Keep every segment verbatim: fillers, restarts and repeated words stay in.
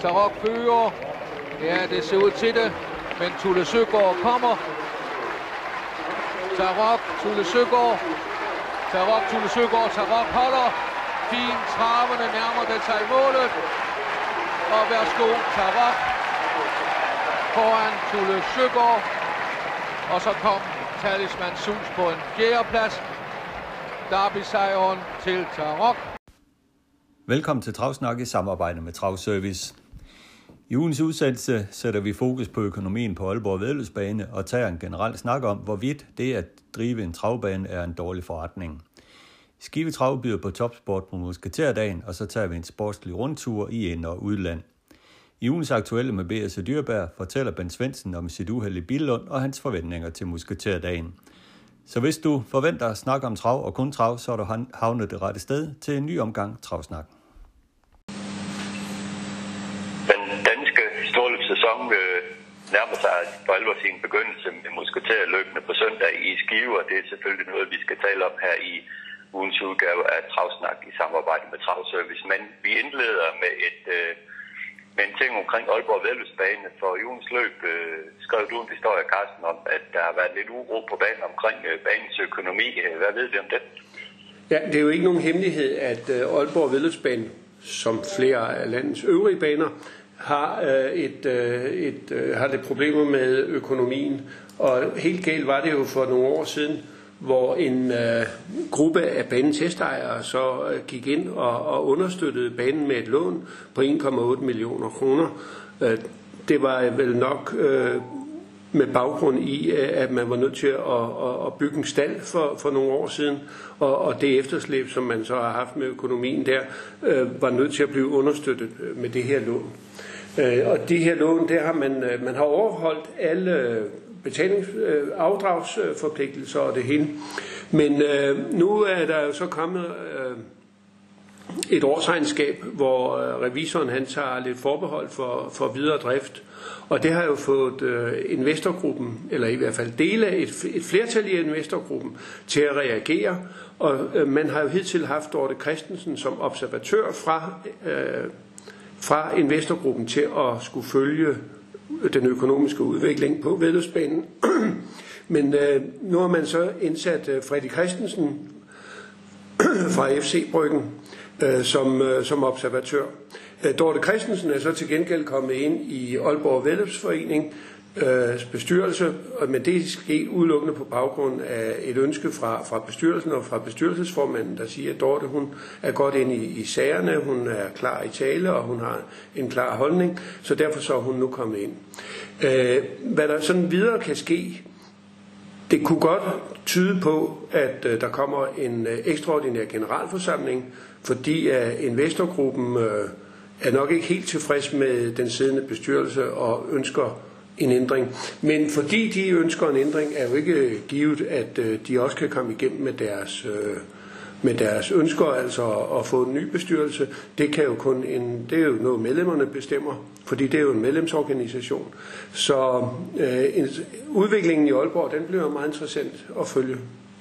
Tarok fører. Ja, det ser ud til det. Men Tulle Søgaard kommer. Tarok, Tulle Søgaard. Tarok, Tulle Søgaard. Tarok holder. Fint traverne nærmer det sig i målet. Og værsgo, Tarok foran Tulle Søgaard. Og så kom Talisman Sus på en fjerdeplads. Derby-sejren til Tarok. Velkommen til Travsnak i samarbejde med Travservice. I ugens udsendelse sætter vi fokus på økonomien på Aalborg Væddeløbsbane og tager en generel snak om, hvorvidt det at drive en travbane er en dårlig forretning. Skive Trav byder på topsport på Musketærdagen, og så tager vi en sportslig rundtur i ind- og udland. I ugens aktuelle med B S Dyrbær fortæller Ben Svendsen om sit uheld i Billund og hans forventninger til Musketærdagen. Så hvis du forventer at snakke om trav og kun trav, så er du havnet det rette sted til en ny omgang Travsnak. Den danske storløbssæson nærmer sig for alvor sin begyndelse med Musketærløbene på søndag i Skive, og det er selvfølgelig noget, vi skal tale om her i ugens udgave af Travsnak i samarbejde med Travservice. Men vi indleder med et med en ting omkring Aalborg Væddeløbsbane. For i ugens løb øh, skrev du en historie, Carsten, om, at der har været lidt uro på banen omkring øh, banens økonomi. Hvad ved vi om det? Ja, det er jo ikke nogen hemmelighed, at øh, Aalborg Væddeløbsbane, som flere af landets øvrige baner, har, øh, et, øh, et, øh, har det problemer med økonomien. Og helt galt var det jo for nogle år siden, hvor en øh, gruppe af banens hestejere så øh, gik ind og, og understøttede banen med et lån på en komma otte millioner kroner. Øh, det var vel nok øh, med baggrund i, at man var nødt til at, at, at bygge en stald for, for nogle år siden, og, og det efterslæb, som man så har haft med økonomien der, øh, var nødt til at blive understøttet med det her lån. Øh, og det her lån, der har man, man har overholdt alle betalingsafdragsforpligtelser og det hele. Men øh, nu er der jo så kommet øh, et årsregnskab, hvor øh, revisoren han tager lidt forbehold for, for videre drift. Og det har jo fået øh, investorgruppen, eller i hvert fald dele af et, et flertal i investorgruppen, til at reagere. Og øh, man har jo hidtil haft Dorte Christensen som observatør fra, øh, fra investorgruppen til at skulle følge den økonomiske udvikling på væddeløbsbanen. Men øh, nu har man så indsat øh, Freddy Christensen fra F C Bryggen øh, som, øh, som observatør. Øh, Dorte Christensen er så til gengæld kommet ind i Aalborg Væddeløbsforening øh, bestyrelse, men det er sket udelukkende på baggrund af et ønske fra, fra bestyrelsen og fra bestyrelsesformanden, der siger, at Dorte hun er godt inde i, i sagerne, hun er klar i tale, og hun har en klar holdning, så derfor så er hun nu kommet ind. Øh, hvad der sådan videre kan ske, det kunne godt tyde på, at øh, der kommer en øh, ekstraordinær generalforsamling, fordi at investorgruppen øh, er nok ikke helt tilfreds med den siddende bestyrelse og ønsker en ændring. Men fordi de ønsker en ændring, er jo ikke givet, at øh, de også kan komme igennem med deres, øh, med deres ønsker, altså at få en ny bestyrelse. Det kan jo kun en, det er jo noget medlemmerne bestemmer, fordi det er jo en medlemsorganisation. Så øh, en, udviklingen i Aalborg, den bliver meget interessant at følge.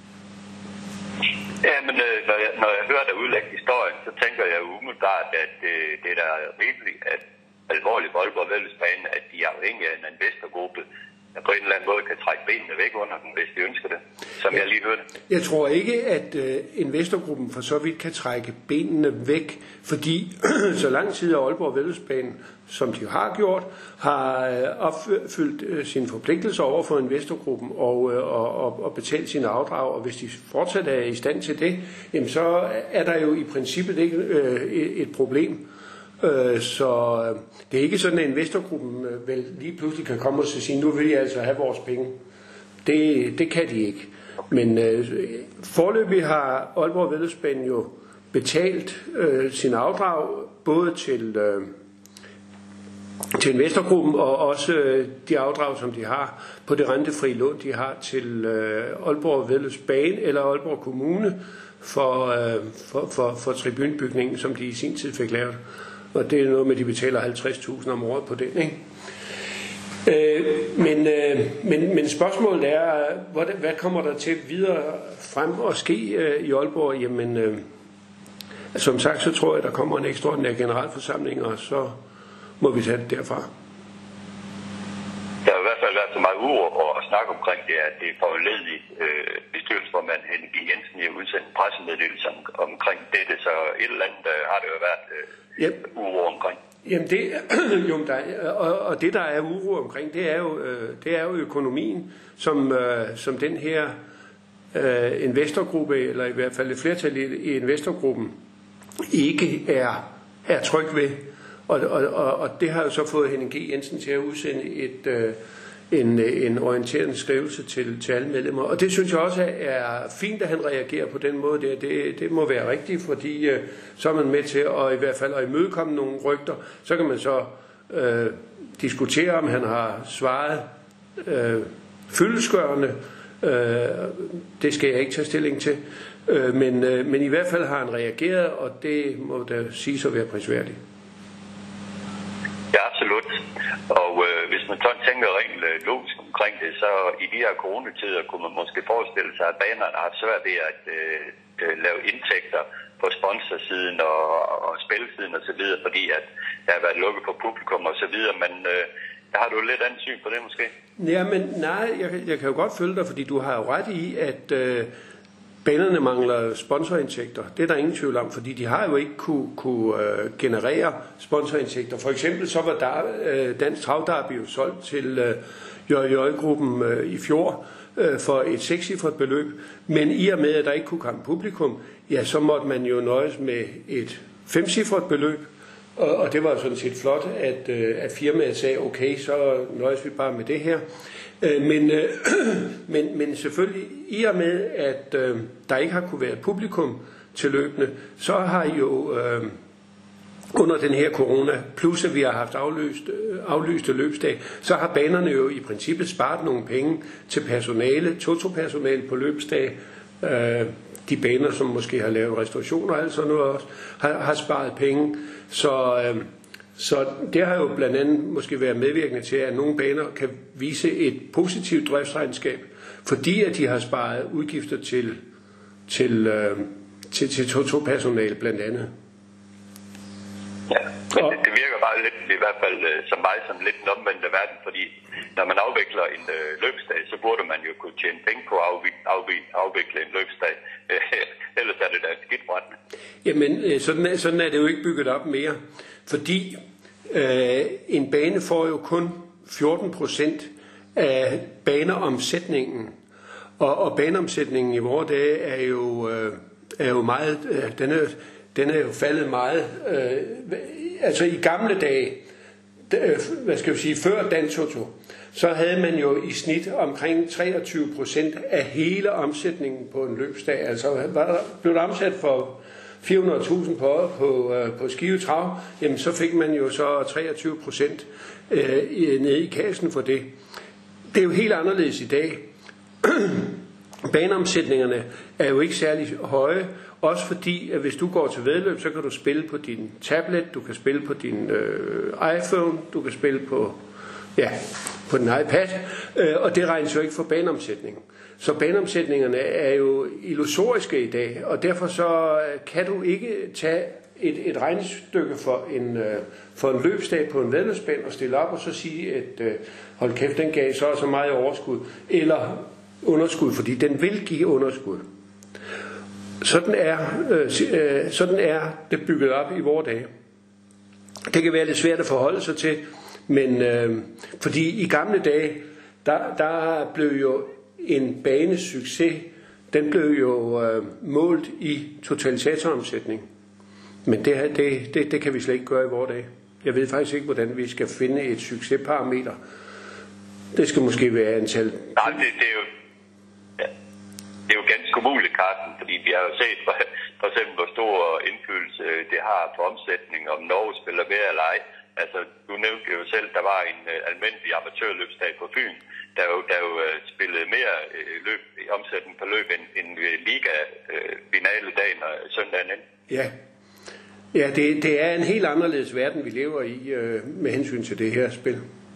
Ja, men øh, når, jeg, når jeg hører dig udlægge historien, så tænker jeg umiddelbart, at øh, det der er rimeligt, at alvorligt på Aalborg Væddeløbsbane, at de er afhængige af en investorgruppe, der på en eller anden måde kan trække benene væk under dem, hvis de ønsker det, som ja. jeg lige hørte. Jeg tror ikke, at uh, investorgruppen for så vidt kan trække benene væk, fordi så lang tid af Aalborg Væddeløbsbane, som de har gjort, har uh, opfyldt uh, sine forpligtelser over for investorgruppen og, uh, og, og, og betalt sine afdrag, og hvis de fortsat er i stand til det, jamen så er der jo i princippet ikke uh, et problem. Så det er ikke sådan, at investorgruppen vel lige pludselig kan komme og sige, nu vil I altså have vores penge. Det, det kan de ikke. Men øh, foreløbig har Aalborg Væddeløbsbanen jo betalt øh, sine afdrag, både til, øh, til investorgruppen og også øh, de afdrag, som de har på det rentefri lån, de har til øh, Aalborg Væddeløbsbane eller Aalborg Kommune for, øh, for, for, for tribunebygningen, som de i sin tid fik lavet. Og det er noget med, at de betaler halvtreds tusind om året på den, ikke? Øh, men, øh, men, men spørgsmålet er, hvad, hvad kommer der til videre frem og ske øh, i Aalborg? Jamen, øh, som sagt, så tror jeg, der kommer en ekstraordinær generalforsamling, og så må vi tage det derfra. Der har i hvert fald været så meget uro at snakke omkring det, at det er foranlediget øh, bestyrelsesformand Henning G. Jensen i at udsende en pressemeddelelse om, omkring dette, så et eller andet øh, har det jo været øh, yep. uro omkring. Jamen det, jo, der, og, og det der er uro omkring, det er jo, øh, det er jo økonomien, som, øh, som den her øh, investorgruppe, eller i hvert fald et flertal i, i investorgruppen, ikke er, er tryg ved. Og, og, og det har jo så fået Henning G. Jensen til at udsende et, øh, en, en orienterende skrivelse til, til alle medlemmer. Og det synes jeg også er fint, at han reagerer på den måde. Det, det, det må være rigtigt, fordi øh, så er man med til at i hvert fald at imødekomme nogle rygter. Så kan man så øh, diskutere, om han har svaret øh, fyldestgørende. Øh, det skal jeg ikke tage stilling til. Øh, men, øh, men i hvert fald har han reageret, og det må da sige så være prisværdigt. Ja, absolut. Og øh, hvis man sådan tænker rent logisk omkring det, så i de her coronatider kunne man måske forestille sig, at banerne har svært ved at øh, øh, lave indtægter på sponsorsiden og, og spilsiden og så videre, fordi at der har været lukket på publikum og så videre, men øh, der har du lidt andet syn på det måske? Ja, men nej, jeg, jeg kan jo godt følge dig, fordi du har jo ret i, at øh, banerne mangler sponsorindtægter. Det er der ingen tvivl om, fordi de har jo ikke kunne, kunne uh, generere sponsorindtægter. For eksempel så var der, uh, Dansk Travderby jo solgt til uh, J J-gruppen uh, i fjor uh, for et sekscifret beløb. Men i og med, at der ikke kunne komme publikum, ja, så måtte man jo nøjes med et femcifret beløb. Og, og det var sådan set flot, at, uh, at firmaet sagde, okay, så nøjes vi bare med det her. Men, øh, men, men selvfølgelig, i og med, at øh, der ikke har kunne være et publikum til løbende, så har jo øh, under den her corona, plus at vi har haft aflyst, øh, aflyste løbsdag, så har banerne jo i princippet sparet nogle penge til personale, toto-personale på løbsdag. Øh, de baner, som måske har lavet restaurationer og alt sådan noget også, har, har sparet penge. Så... Øh, Så det har jo blandt andet måske været medvirkende til, at nogle baner kan vise et positivt driftsregnskab, fordi at de har sparet udgifter til, til, øh, til, til toto-personale blandt andet. Ja, men det, det virker bare lidt, i hvert fald som mig, som lidt en omvendte verden, fordi når man afvikler en øh, løbsdag, så burde man jo kunne tjene penge på at afvi- afvi- afvikle en løbsdag. Ellers er det da skidt brændende. Jamen, sådan er, sådan er det jo ikke bygget op mere, fordi øh, en bane får jo kun fjorten procent af baneomsætningen, og, og baneomsætningen i vores dage er jo, øh, er jo meget, øh, den, er, den er jo faldet meget, øh, altså i gamle dage, øh, hvad skal vi sige, før Dansk Toto, så havde man jo i snit omkring treogtyve procent af hele omsætningen på en løbsdag. Altså var der, blev der omsat for fire hundrede tusind på året på, øh, på Skive Trav, jamen så fik man jo så treogtyve procent øh, nede i kassen for det. Det er jo helt anderledes i dag. Baneomsætningerne er jo ikke særlig høje, også fordi, at hvis du går til væddeløb, så kan du spille på din tablet, du kan spille på din øh, iPhone, du kan spille på, ja, på din iPad, øh, og det regnes jo ikke for baneomsætningen. Så baneomsætningerne er jo illusoriske i dag, og derfor så kan du ikke tage et, et regnestykke for en, øh, for en løbsdag på en væddeløbsbane og stille op og så sige, at øh, hold kæft, den gav så og så meget overskud, eller underskud, fordi den vil give underskud. Sådan er, øh, sådan er det bygget op i vore dage. Det kan være lidt svært at forholde sig til, men øh, fordi i gamle dage, der, der blev jo en banesucces, den blev jo øh, målt i totalisatoromsætning. Men det, det, det, det kan vi slet ikke gøre i vore dage. Jeg ved faktisk ikke, hvordan vi skal finde et succesparameter. Det skal måske være antal. Nej, det, det er jo ja, det er jo ganske umuligt, Carsten, fordi vi har jo set for, for eksempel, hvor stor indflydelse det har på omsætning, om Norge spiller mere eller ej. Altså, du nævnte jo selv, der var en uh, almindelig amatørløbsdag på Fyn, der jo, der jo uh, spillede mere uh, løb, omsætning på løb end, end uh, liga-finaledagen uh, og søndagen ind. Ja, ja det, det er en helt anderledes verden, vi lever i uh, med hensyn til det her spil.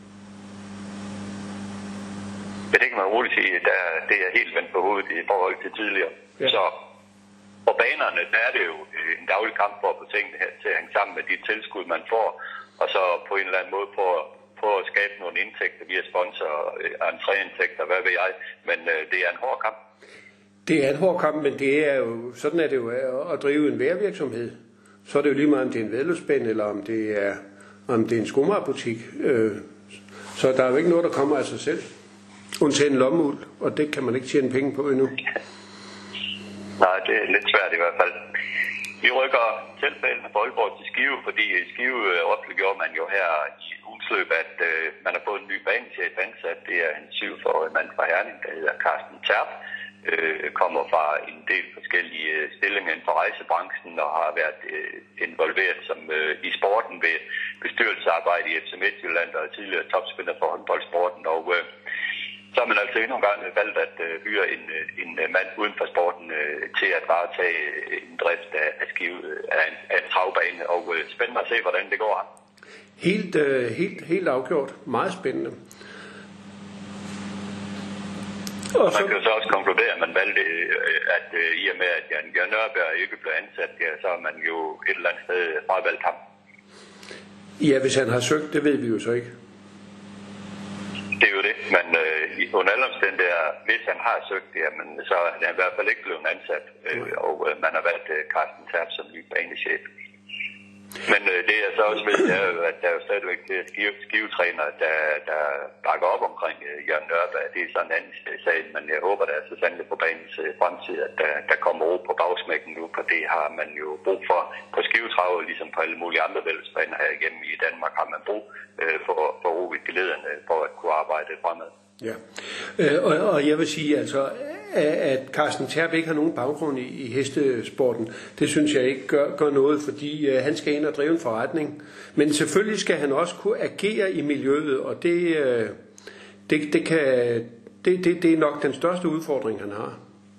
Ja, det kan man roligt sige, der, det er helt vendt på hovedet i forhold til tidligere. Ja. Så på banerne, der er det jo en daglig kamp for at få tingene her til at hænge sammen med de tilskud, man får. og så på en eller anden måde på, på at skabe nogle indtægter via sponsor, entréindtægter, hvad ved jeg, men øh, det er en hård kamp. Det er en hård kamp, men det er jo, sådan er det jo at drive en vejrvirksomhed. Så er det jo lige meget, om det er en væddeløbsbane, eller om det er, om det er en skomagerbutik. Øh, så der er jo ikke noget, der kommer af sig selv. Undtagen en lommeuld, og det kan man ikke tjene penge på endnu. Nej, det er lidt svært i hvert fald. Vi rykker tilfældene for Aalborg til Skive, fordi i Skive offentliggjorde man jo her i ugens løb, at øh, man har fået en ny banechef ansat. Det er en syvogfyrre-årig mand fra Herning, der hedder Carsten Terp. Øh, kommer fra en del forskellige øh, stillinger inden for rejsebranchen og har været øh, involveret som øh, i sporten ved bestyrelsesarbejde i F C Midtjylland og tidligere topspiller for håndboldsporten. Og øh, så har man altså endnu en gang valgt at øh, hyre en, en mand uden for sporten øh, til at varetage en drift af, af, skive, af, en, af en travbane. Og øh, spændende at se, hvordan det går. Helt, øh, helt, helt afgjort. Meget spændende. Og man kan jo så også konkludere, at man valgte, at øh, i og med, at Jan Bjørn Nørberg ikke blev ansat, ja, så har man jo et eller andet sted fravalgt ham. Ja, hvis han har søgt, det ved vi jo så ikke. Det er jo det, men øh, under alle omstændigheder, hvis han har søgt det, jamen, så er han i hvert fald ikke blevet ansat, øh, og øh, man har valgt øh, Carsten Terp som ny banechef. Men øh, det jeg så også ved, er jo, at der er jo stadigvæk det skive, skivetrænere, der, der bakker op omkring øh, Jørgen Nørberg. Det er sådan en anden sag, men jeg håber da så sandelig på banens øh, fremtid, at der, der kommer ro på bagsmækken nu, for det har man jo brug for på skivetravet, ligesom på alle mulige andre vældesbaner her hjemme i Danmark, har man brug øh, for, for ro i gelederne for at kunne arbejde fremad. Ja, øh, og, og jeg vil sige altså, at Carsten Terp ikke har nogen baggrund i, i hestesporten, det synes jeg ikke gør, gør noget, fordi øh, han skal ind og drive en forretning. Men selvfølgelig skal han også kunne agere i miljøet, og det, øh, det, det, kan, det, det, det er nok den største udfordring, han har.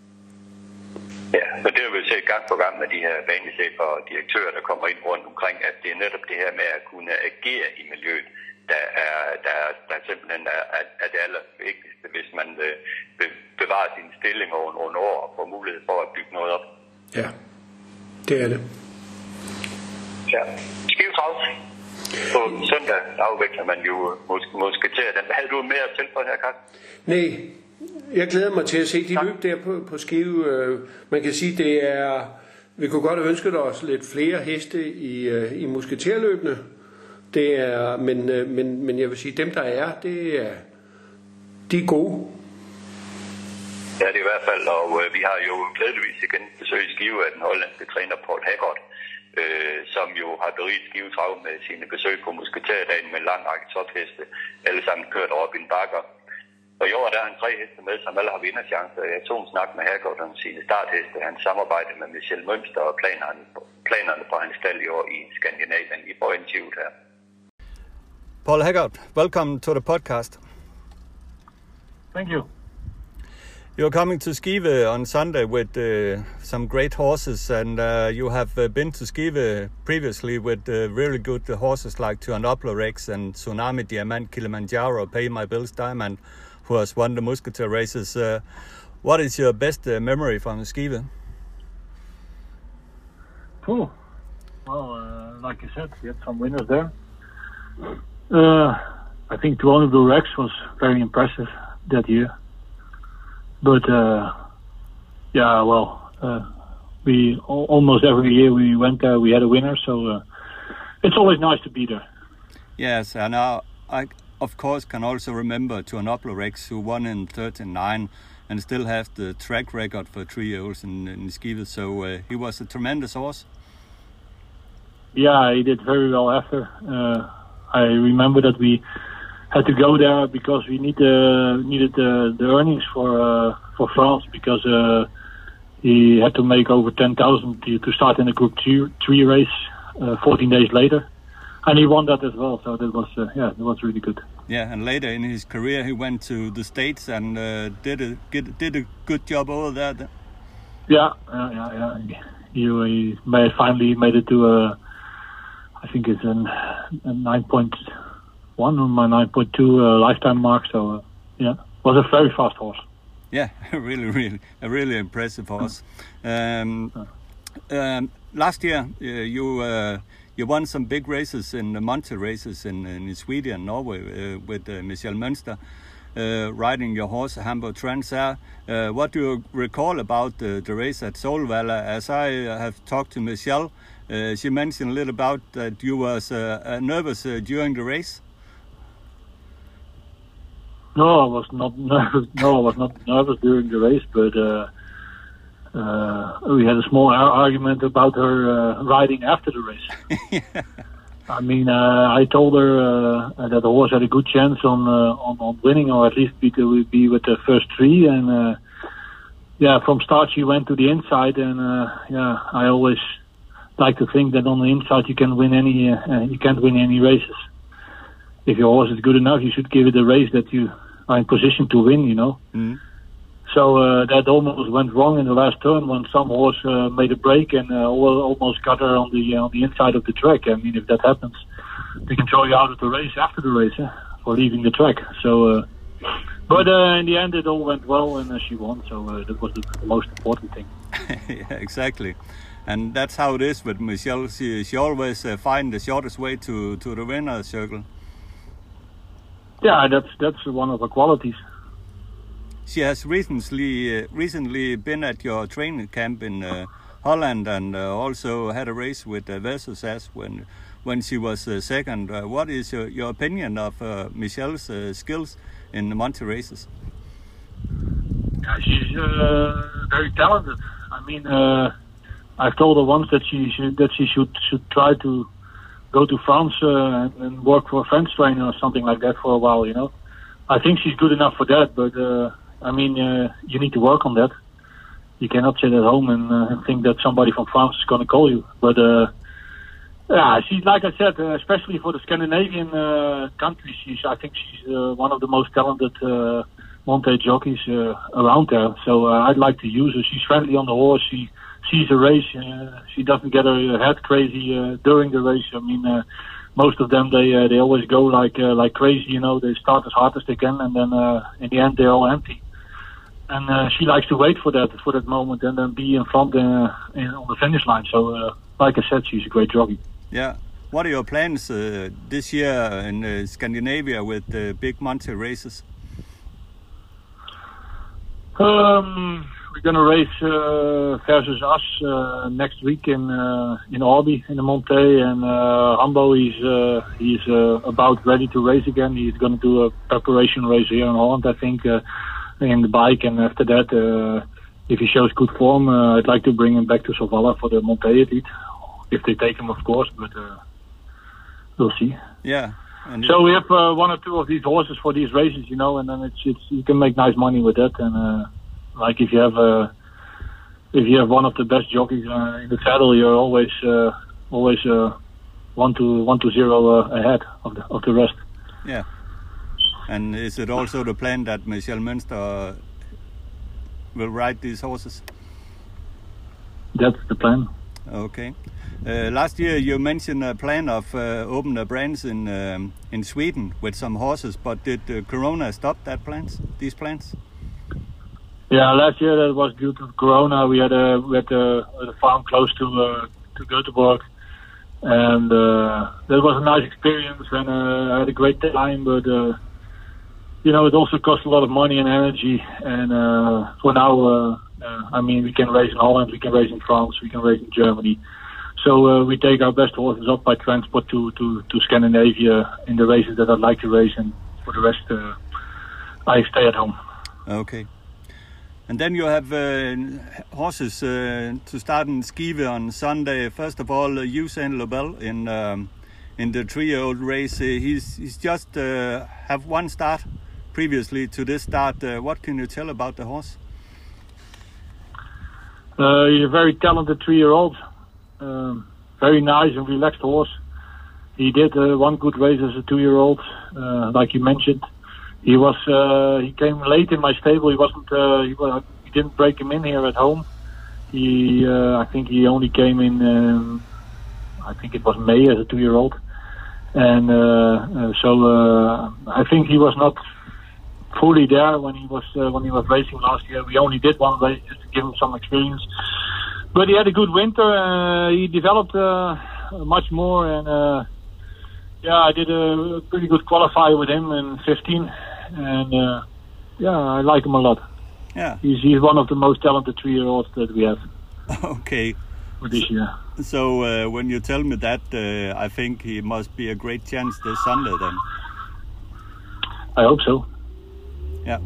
Ja, men det er jo vel set gang på gang med de her banechefer og direktører, der kommer ind rundt omkring, at det er netop det her med at kunne agere i miljøet, der er, der, der simpelthen er, er det allervigtigste, hvis man øh, bevarer sin stilling over nogle år og får mulighed for at bygge noget op. Ja, det er det. Ja, Skive travlt. På søndag afvikler man jo måske, måske til den. Havde du mere til for her, Carsten? Nej, jeg glæder mig til at se de løb der på, på Skive. Man kan sige, det er, vi kunne godt have ønsket os lidt flere heste i, i musketerløbene. Det er, men, men, men jeg vil sige, dem der er, det er, de er gode. Ja, det er i hvert fald, og øh, vi har jo glædeligvis igen besøg i Skive af den hollandske træner Paul Haggard, øh, som jo har beriget Skive Trav med sine besøg på musketerdagen med en lang række topheste, alle sammen kørt op i en bakker. Og i år der er han tre heste med, som alle har vinderchancer. Jeg tog en snak med Haggard om sine startheste, hans samarbejde med Michel Mønster og planerne, planerne for hans stald i år i Skandinavien i Borgentivt her. Paul Haggard, welcome to the podcast. Thank you. You're coming to Skive on Sunday with uh, some great horses, and uh, you have uh, been to Skive previously with uh, really good horses like Tuanoplo Rex and Tsunami Diamant, Kilimanjaro, Pay My Bills Diamond, who has won the Musketeer races. Uh, what is your best uh, memory from Skive? Cool. Well, uh, like you said, we had some winners there. Uh, I think Tuanoplo Rex was very impressive that year. But uh, yeah, well, uh, we almost every year we went there, we had a winner, so uh, it's always nice to be there. Yes, and uh, I of course can also remember Tuanoplo Rex, who won in thirty-nine and still have the track record for three-year-olds in, in Skive. So uh, he was a tremendous horse. Yeah, he did very well after. Uh, I remember that we had to go there because we need uh, needed uh, the earnings for uh, for France, because uh, he had to make over ten thousand to, to start in the Group two, three race uh, fourteen days later, and he won that as well. So that was uh, yeah, that was really good. Yeah, and later in his career he went to the States and uh, did a did a good job over there. Yeah, uh, yeah, yeah. He, he made, finally made it to a, I think it's an, a nine point one on my nine point two uh, lifetime mark. So uh, yeah, was a very fast horse. Yeah, really, really, a really impressive horse. Um, um, last year uh, you uh, you won some big races in the Monte races in, in Sweden and Norway uh, with uh, Michel Münster uh, riding your horse Hamburg Transair. Uh, what do you recall about the, the race at Solvalla? As I have talked to Michel, uh, she mentioned a little about that you was uh, uh, nervous uh, during the race. No, I was not nervous. No, I was not nervous during the race, but uh, uh, we had a small ar- argument about her uh, riding after the race. Yeah. I mean, uh, I told her uh, that the horse had a good chance on uh, on, on winning, or at least be, to be with the first three. And uh, yeah, from start she went to the inside, and uh, yeah, I always like to think that on the inside you can win any, uh, you can't win any races. If your horse is good enough, you should give it a race that you are in position to win, you know. Mm. So uh, that almost went wrong in the last turn when some horse uh, made a break and uh, almost got her on the uh, on the inside of the track. I mean, if that happens, they can throw you out of the race after the race eh, for leaving the track. So, uh, but uh, in the end, it all went well and uh, she won. So uh, that was the, the most important thing. Yeah, exactly. And that's how it is with Michel. She, she always uh, finds the shortest way to, to the winner's circle. Yeah, that's that's one of her qualities. She has recently uh, recently been at your training camp in uh, Holland and uh, also had a race with uh, Versus when when she was uh, second. Uh, what is your, your opinion of uh, Michel's uh, skills in the Monte races? Yeah, she's uh, very talented. I mean, uh, I've told her once that she should, that she should should try to go to France uh, and work for a French trainer or something like that for a while, you know. I think she's good enough for that, but uh, I mean, uh, you need to work on that. You cannot sit at home and, uh, and think that somebody from France is going to call you. But uh, yeah, she's like I said, uh, especially for the Scandinavian uh, countries, she's I think she's uh, one of the most talented uh, Monte jockeys uh, around there. So uh, I'd like to use her. She's friendly on the horse. She sees a race. Uh, she doesn't get her head crazy uh, during the race. I mean, uh, most of them they uh, they always go like uh, like crazy. You know, they start as hard as they can, and then uh, in the end they're all empty. And uh, she likes to wait for that for that moment, and then be in front uh, in, on the finish line. So, uh, like I said, she's a great jockey. Yeah. What are your plans uh, this year in uh, Scandinavia with the big Monte races? Um, we're gonna race uh, Versus Us uh, next week in uh, in Årby in the Monte, and uh, Hambo he's uh, he's uh, about ready to race again. He's gonna do a preparation race here in Holland, I think, uh, in the bike, and after that, uh, if he shows good form, uh, I'd like to bring him back to Solvalla for the Monte Elite, if they take him, of course. But uh, we'll see. Yeah. And so we have uh, one or two of these horses for these races, you know, and then it's it's you can make nice money with that. And uh, like if you have uh, if you have one of the best jockeys uh, in the saddle, you're always uh, always uh, one to one to zero uh, ahead of the of the rest. Yeah. And is it also the plan that Michel Münster will ride these horses? That's the plan. Okay. Uh, last year you mentioned a plan of uh, open a branch in um, in Sweden with some horses, but did uh, Corona stop that plans? These plans? Yeah, last year that was due to Corona. We had a we had a, a farm close to uh, to Göteborg, and uh, that was a nice experience, and uh, I had a great time. But uh, you know, it also cost a lot of money and energy. And uh, for now, uh, uh, I mean, we can race in Holland, we can race in France, we can race in Germany. So uh, we take our best horses up by transport to, to, to Scandinavia in the races that I'd like to race, and for the rest, uh, I stay at home. Okay. And then you have uh, horses uh, to start in Skive on Sunday. First of all, uh, Usain Lobel in um, in the three-year-old race. Uh, he's he's just uh, have one start previously to this start. Uh, what can you tell about the horse? Uh, he's a very talented three-year-old. Um, very nice and relaxed horse. He did uh, one good race as a two-year-old, uh, like you mentioned. He was uh, he came late in my stable. He wasn't uh, he, was, he didn't break him in here at home. He uh, I think he only came in. Um, I think it was May as a two-year-old, and uh, uh, so uh, I think he was not fully there when he was uh, when he was racing last year. We only did one race just to give him some experience. But he had a good winter. Uh, he developed uh, much more, and uh, yeah, I did a pretty good qualifier with him in fifteen, and uh, yeah, I like him a lot. Yeah, he's he's one of the most talented three-year-olds that we have. Okay. For this year. So uh, when you tell me that, uh, I think he must be a great chance this Sunday then. I hope so. Yeah.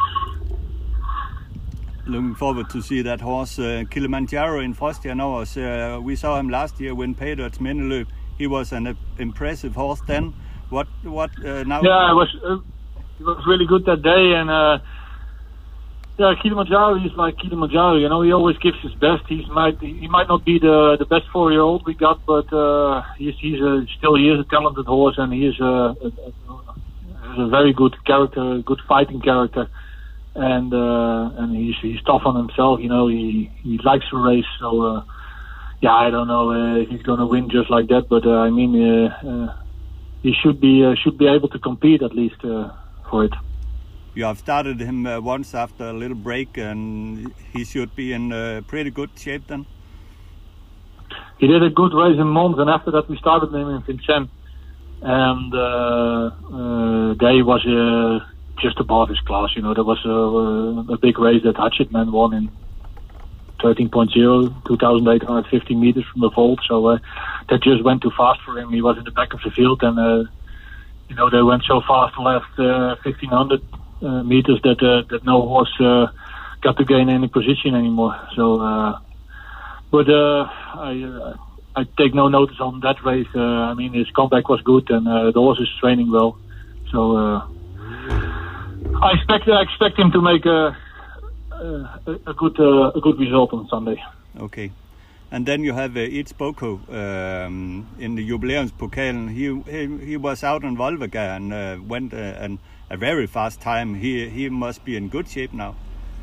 Looking forward to see that horse. Uh, Kilimanjaro in Frostian Aarhus. Uh, we saw him last year win Paydot's Mindeløb. He was an uh, impressive horse then. What what uh, now? Yeah, it was uh, it was really good that day, and uh, yeah, Kilimanjaro is like Kilimanjaro. You know, he always gives his best. He's might he might not be the the best four year old we got, but uh, he's he's a, still he is a talented horse, and he is a, a, a, a very good character, good fighting character. And uh, and he's he's tough on himself, you know. He he likes to race, so uh, yeah, I don't know uh, if he's gonna win just like that, but uh, I mean, uh, uh, he should be uh, should be able to compete at least uh, for it. You have started him uh, once after a little break, and he should be in uh, pretty good shape then. He did a good race in Mons, and after that we started him in Vincennes, and uh, uh, there was a. Uh, just above his class, you know. There was a, a big race that Hatchetman won in thirteen point oh, two thousand eight hundred fifty meters from the vault, so uh, that just went too fast for him. He was in the back of the field, and uh, you know, they went so fast the last uh, fifteen hundred uh, meters that uh, that no horse uh, got to gain any position anymore. So, uh, but uh, I uh, I take no notice on that race. Uh, I mean, his comeback was good, and uh, the horse is training well, so. Uh, I expect I expect him to make a a, a good uh, a good result on Sunday. Okay, and then you have uh, Its Boko um, in the Jubilæumspokalen. He, he he was out on Volvaga and uh, went uh, an, a very fast time. He he must be in good shape now.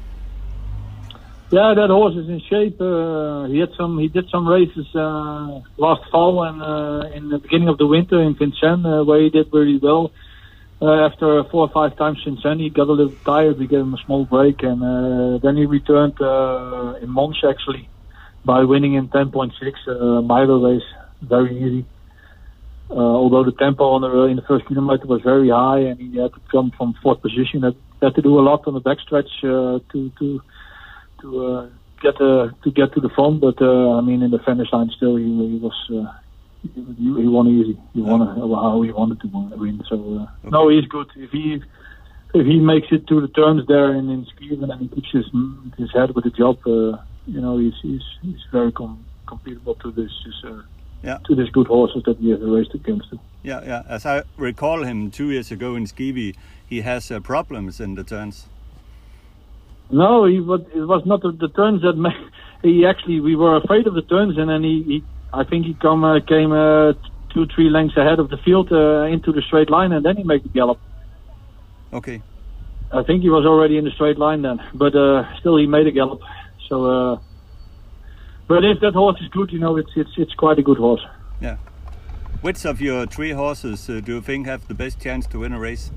Yeah, that horse is in shape. Uh, he had some he did some races uh, last fall and uh, in the beginning of the winter in Vincennes uh, where he did very well. Uh, after four or five times since then, he got a little tired. We gave him a small break, and uh, then he returned uh, in Mons actually by winning in ten point six, a uh, mile race, very easy. Uh, although the tempo on the, in the first kilometer was very high, and he had to come from fourth position. Had, had to do a lot on the backstretch uh, to to to uh, get uh, to get to the front. But uh, I mean, in the finish line, still he, he was. Uh, He won easy. He won how he wanted to win. So uh, okay. No, he's good. If he if he makes it to the turns there in, in Skiven and he keeps his his head with the job, uh, you know, he's he's he's very com- compatible to this, this uh, yeah. to these good horses that we have raced against. Him. Yeah, yeah. As I recall him two years ago in Skive, he has uh, problems in the turns. No, he but it was not the, the turns that made, he actually we were afraid of the turns, and then he. he I think he come, uh, came uh, two, three lengths ahead of the field uh, into the straight line, and then he made the gallop. Okay. I think he was already in the straight line then, but uh, still he made a gallop. So, uh, but if that horse is good, you know, it's it's it's quite a good horse. Yeah. Which of your three horses uh, do you think have the best chance to win a race?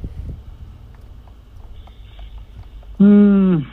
Hmm.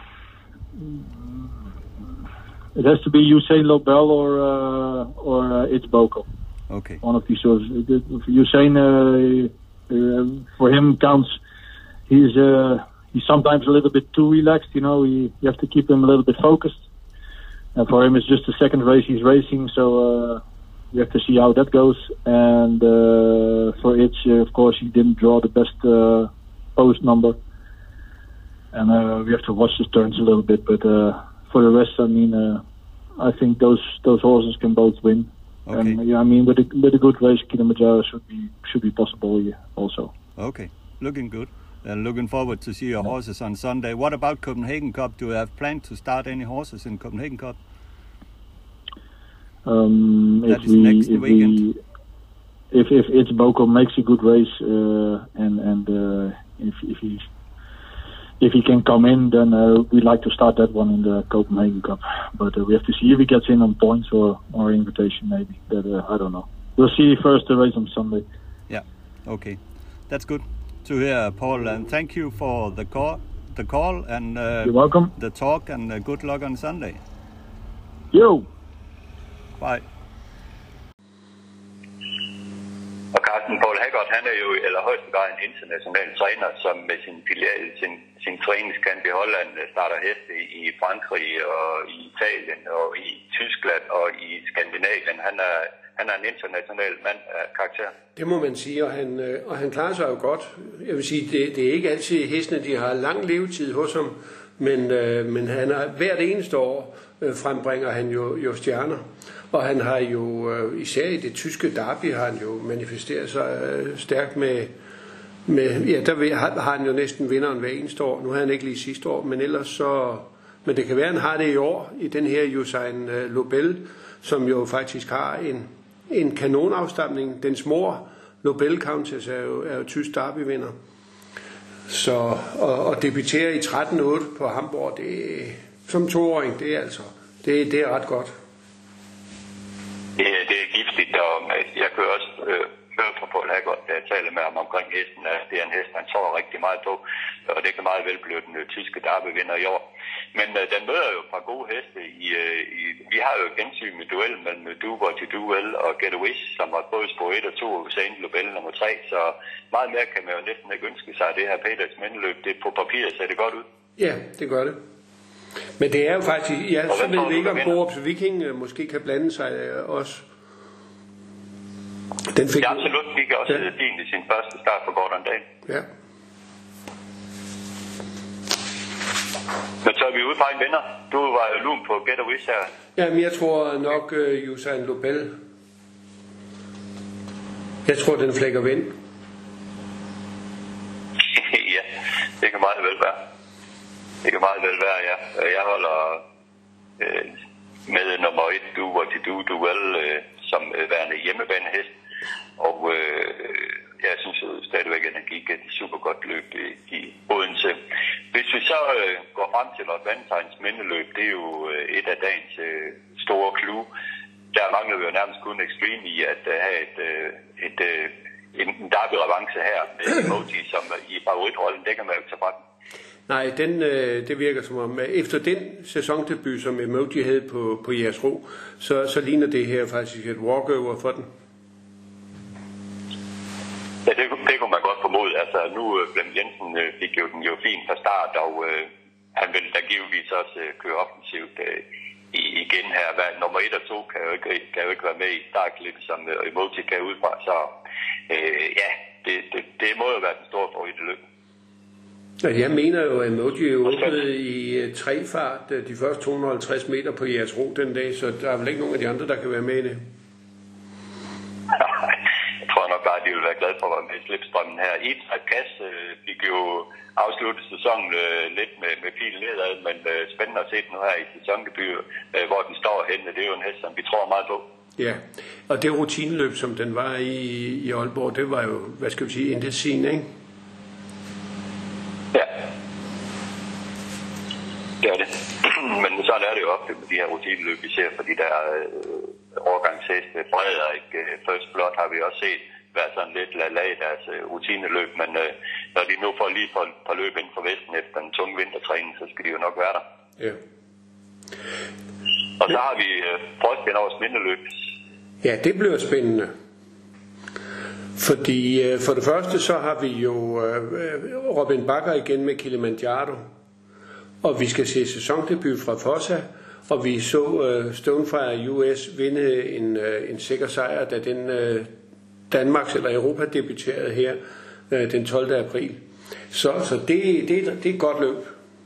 It has to be Usain Lobel or uh, or uh, Its Boko. Okay. One of these horses. Usain, uh, uh, for him counts. He's uh, he's sometimes a little bit too relaxed. You know, he, you have to keep him a little bit focused. And for him, it's just the second race he's racing, so uh, we have to see how that goes. And uh, for Its, uh, of course, he didn't draw the best uh, post number, and uh, we have to watch his turns a little bit, but. Uh, For the rest, I mean, uh, I think those those horses can both win. Okay. And yeah, I mean, with a with a good race, Kilimanjaro should be should be possible here also. Okay, looking good. And looking forward to see your yeah. horses on Sunday. What about Copenhagen Cup? Do you have planned to start any horses in Copenhagen Cup? Um, that if is we, next if weekend. We, if if Its Boko makes a good race uh, and and uh, if if he if he can come in, then uh, we'd like to start that one in the Copenhagen Cup. But uh, we have to see if he gets in on points or or invitation maybe. That uh, I don't know. We'll see first the race on Sunday. Yeah. Okay, that's good to hear, Paul. And thank you for the call, the call, and uh, you're welcome. The talk, and uh, good luck on Sunday. Yo. Bye. jo i allerhøjeste grad en international træner, som med sin filial, sin, sin træningskamp i Holland starter heste i Frankrig og i Italien og i Tyskland og i Skandinavien. Han er, han er en international mand af karakter. Det må man sige, og han, og han klarer sig jo godt. Jeg vil sige, det, det er ikke altid hestene, de har lang levetid hos ham, men, øh, men han har hvert eneste år øh, frembringer han jo, jo stjerner. Og han har jo, øh, især i det tyske derby, har han jo manifesteret sig øh, stærkt med, med, ja, der har, har han jo næsten vinderen hver eneste år. Nu har han ikke lige sidste år, men ellers så, men det kan være, han har det i år, i den her Usain øh, Lobel, som jo faktisk har en, en kanonafstamning. Dens mor, Lobel Countess, er jo, er jo tysk derbyvinder. Så, og, og debutere i tretten otte på Hamburg, det, som toåring, det er altså, det, det er ret godt. Det, det er giftigt, og jeg kan også øh, høre fra Paul Haggard, da jeg taler med ham omkring hesten, at det er en hest, han tror rigtig meget på, og det kan meget vel blive den øh, tyske derbyvinder i år. Men øh, den møder jo fra gode heste. I, øh, i, vi har jo gensyn med duellen mellem Do What You Do Well og Get A Wish, som har både spor et og to, og Usain Lobel nummer tre, så meget mere kan man jo næsten ikke ønske sig. Det her Peters Mindeløb, det på papiret ser det godt ud. Ja, det gør det. Men det er jo faktisk, ja, så ved vi ikke, om Borups Viking måske kan blande sig også. Den fik ja, absolut. Vi kan også ja. fint i sin første start på Gordon Dahl. Ja. Men så er vi ude fra en vinder. Du var jo lun på Get A Wish her. Jamen, jeg tror nok uh, Usain Lobel. Jeg tror, den flækker vind. Ja, det kan meget vel være. Det kan meget vel være, ja. Jeg holder øh, med nummer et, Do What You Do, Do Well, øh, som øh, værende hjemmebanehest. Og øh, jeg synes jo stadigvæk, at den gik et super godt løb i, i Odense. Hvis vi så øh, går frem til Lord Valentines Mindeløb, det er jo øh, et af dagens øh, store clue. Der mangler vi jo nærmest kun Extreme i at øh, have et, øh, et, øh, en, en derby-revanche her med Emoji, som i favoritrollen, det kan man jo tage fra den. Nej, den, øh, det virker som om, efter den sæsondebut, som Emoji havde på, på Jersro, så, så ligner det her faktisk et walkover for den. Ja, det, det kunne man godt formode. Altså, nu øh, Flem Jensen øh, fik jo den jo fint fra start, og øh, han vil da givetvis også øh, køre offensivt øh, igen her. Hvad, nummer et og to kan jo ikke, kan jo ikke være med i startklippet, som øh, Emoji kan udfra. Så øh, ja, det, det, det må jo være den store favorit i løbet. Jeg mener jo, at Emoji er åbnet i tre fart de første to hundrede og halvtreds meter på Jersro den dag, så der er vel ikke nogen af de andre, der kan være med i det. Jeg tror nok bare, at de vil være glade for at være med i slipstrømmen her. Etra Kass øh, fik jo afsluttet sæsonen øh, lidt med, med pil nedad, men øh, spændende at se den nu her i sæsondebut, øh, hvor den står henne. Det er jo en hest, som vi tror meget på. Ja, og det rutineløb, som den var i, i Aalborg, det var jo, hvad skal vi sige, intet sigende, ikke? Ja, det er det. Men sådan er det jo ofte med de her rutineløb, vi ser, fordi der er øh, overgangsheste. Frederik øh, First Blood har vi også set være sådan lidt lag i deres øh, rutineløb, men øh, når de nu får lige på, på løb inden for Vesten efter en tung vintertræning, så skal de jo nok være der. Ja. Og så har vi øh, Frostgen over Mindeløb. Ja, det bliver spændende. Fordi øh, for det første så har vi jo øh, Robin Bakker igen med Kilimanjaro, og vi skal se sæsondebut fra Fossa, og vi så øh, Stonefire U S vinde en, øh, en sikker sejr, da den øh, Danmarks eller Europa debuterede her øh, den tolvte april. Så, så det, det, det er et godt løb.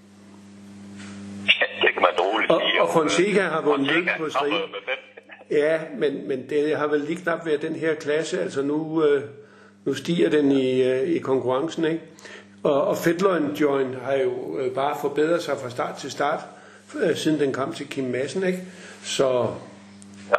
Ja, det kan man roligt sige. Og, og Fonseca har vundet løb på Strid. Ja, men, men det har vel lige knap været den her klasse, altså nu, øh, nu stiger den i, øh, i konkurrencen, ikke? Og, og Fedlund Join har jo øh, bare forbedret sig fra start til start, øh, siden den kom til Kim Madsen, ikke? Så... Ja.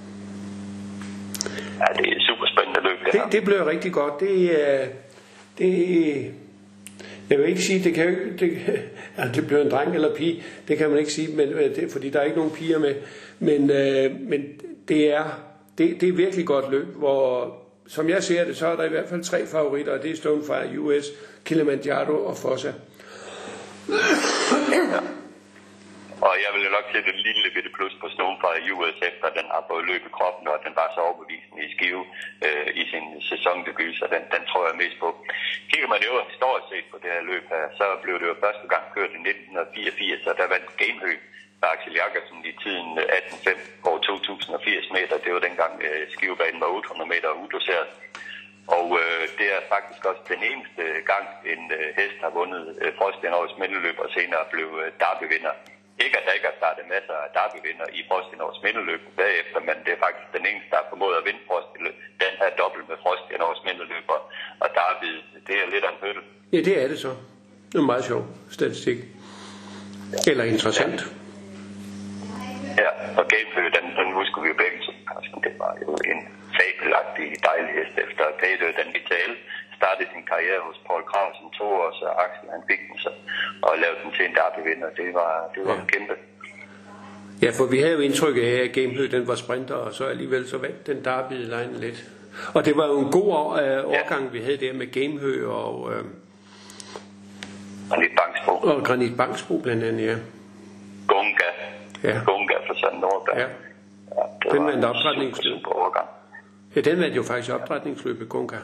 Ja, det er super spændende løb, det, det her. Det bliver rigtig godt. Det er... Det, jeg vil ikke sige, det kan jo ikke, det, ja, det bliver en dreng eller pige, det kan man ikke sige, men, det, fordi der er ikke nogen piger med, men, øh, men det, er, det, det er virkelig godt løb, hvor som jeg ser det, så er der i hvert fald tre favoritter, og det er Stonefire U S, Kilimanjaro og Fossa. Ja. Og jeg vil jo nok sætte et lille bitte plus på Snow fra U S efter den har fået løbet kroppen, og den var så overbevisende i Skive øh, i sin sæsondebut, så den, den tror jeg mest på. Kigger man jo historisk set på det her løb her, så blev det jo første gang kørt i nitten fireogfirs, og der vandt Gamehø med Axel Jakobsen i tiden atten fem over to tusind og firs meter. Det var dengang øh, Skivebanen var otte hundrede meter udoseret. Og øh, det er faktisk også den eneste gang, en øh, hest har vundet øh, Frost i Norges Mindeløb og senere blev øh, derbyvinder. Ikke at der ikke har startet masser af derbyvinder i Frost i Norges Mindeløb bagefter, men det er faktisk den eneste, der har formået at vinde Frost i den her dobbelt med Frost i Norges Mindeløb. Og derved, det er lidt af en hødel. Ja, det er det så. Det er en meget sjov statistik. Eller interessant. Ja, og Gamehø, den, den husker vi jo begge to. Det var jo en fabelagtig dejlig hest efter Pædø, den Vitale startede sin karriere hos Paul Krav som to år, så Axel han fik den så og lavede den til en derbyvinder. Det var, det var ja. en kæmpe. Ja, for vi havde jo indtryk af, at Gamehø den var sprinter, og så alligevel så vandt den derby-line lidt. Og det var jo en god år, øh, årgang, ja. vi havde der med Gamehø og øh, Granit Bangsbo. Og Granit Bangsbo blandt andet, ja. Gunga. Ja. Gunga for sådan Nordberg. Ja. Ja, den vandt opdrætningsløb. Ja, den vandt jo faktisk opdrætningsløb Gunga.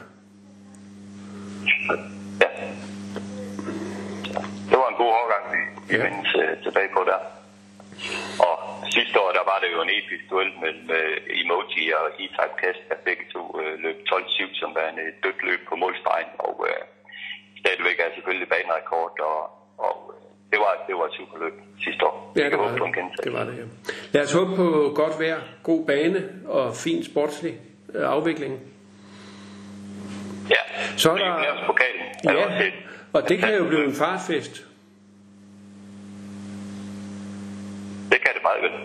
Ja. Det var en god årgang, vi, vi ja. vendte tilbage på der. Og sidste år, der var det jo en episk duel mellem uh, Emoji og E-Type Kast, der begge to uh, løb tolv syv, som var en uh, dødt løb på målstregen. Og uh, stadigvæk er selvfølgelig banerekord, og, og uh, det var, det var et super løb sidste år. Ja, det var det. det var det, ja. Lad os håbe på godt vejr, god bane og fin sportslig uh, afvikling. Ja, så er der... pokalen. Ja, og det kan jo blive en fartfest. Det kan det meget vel.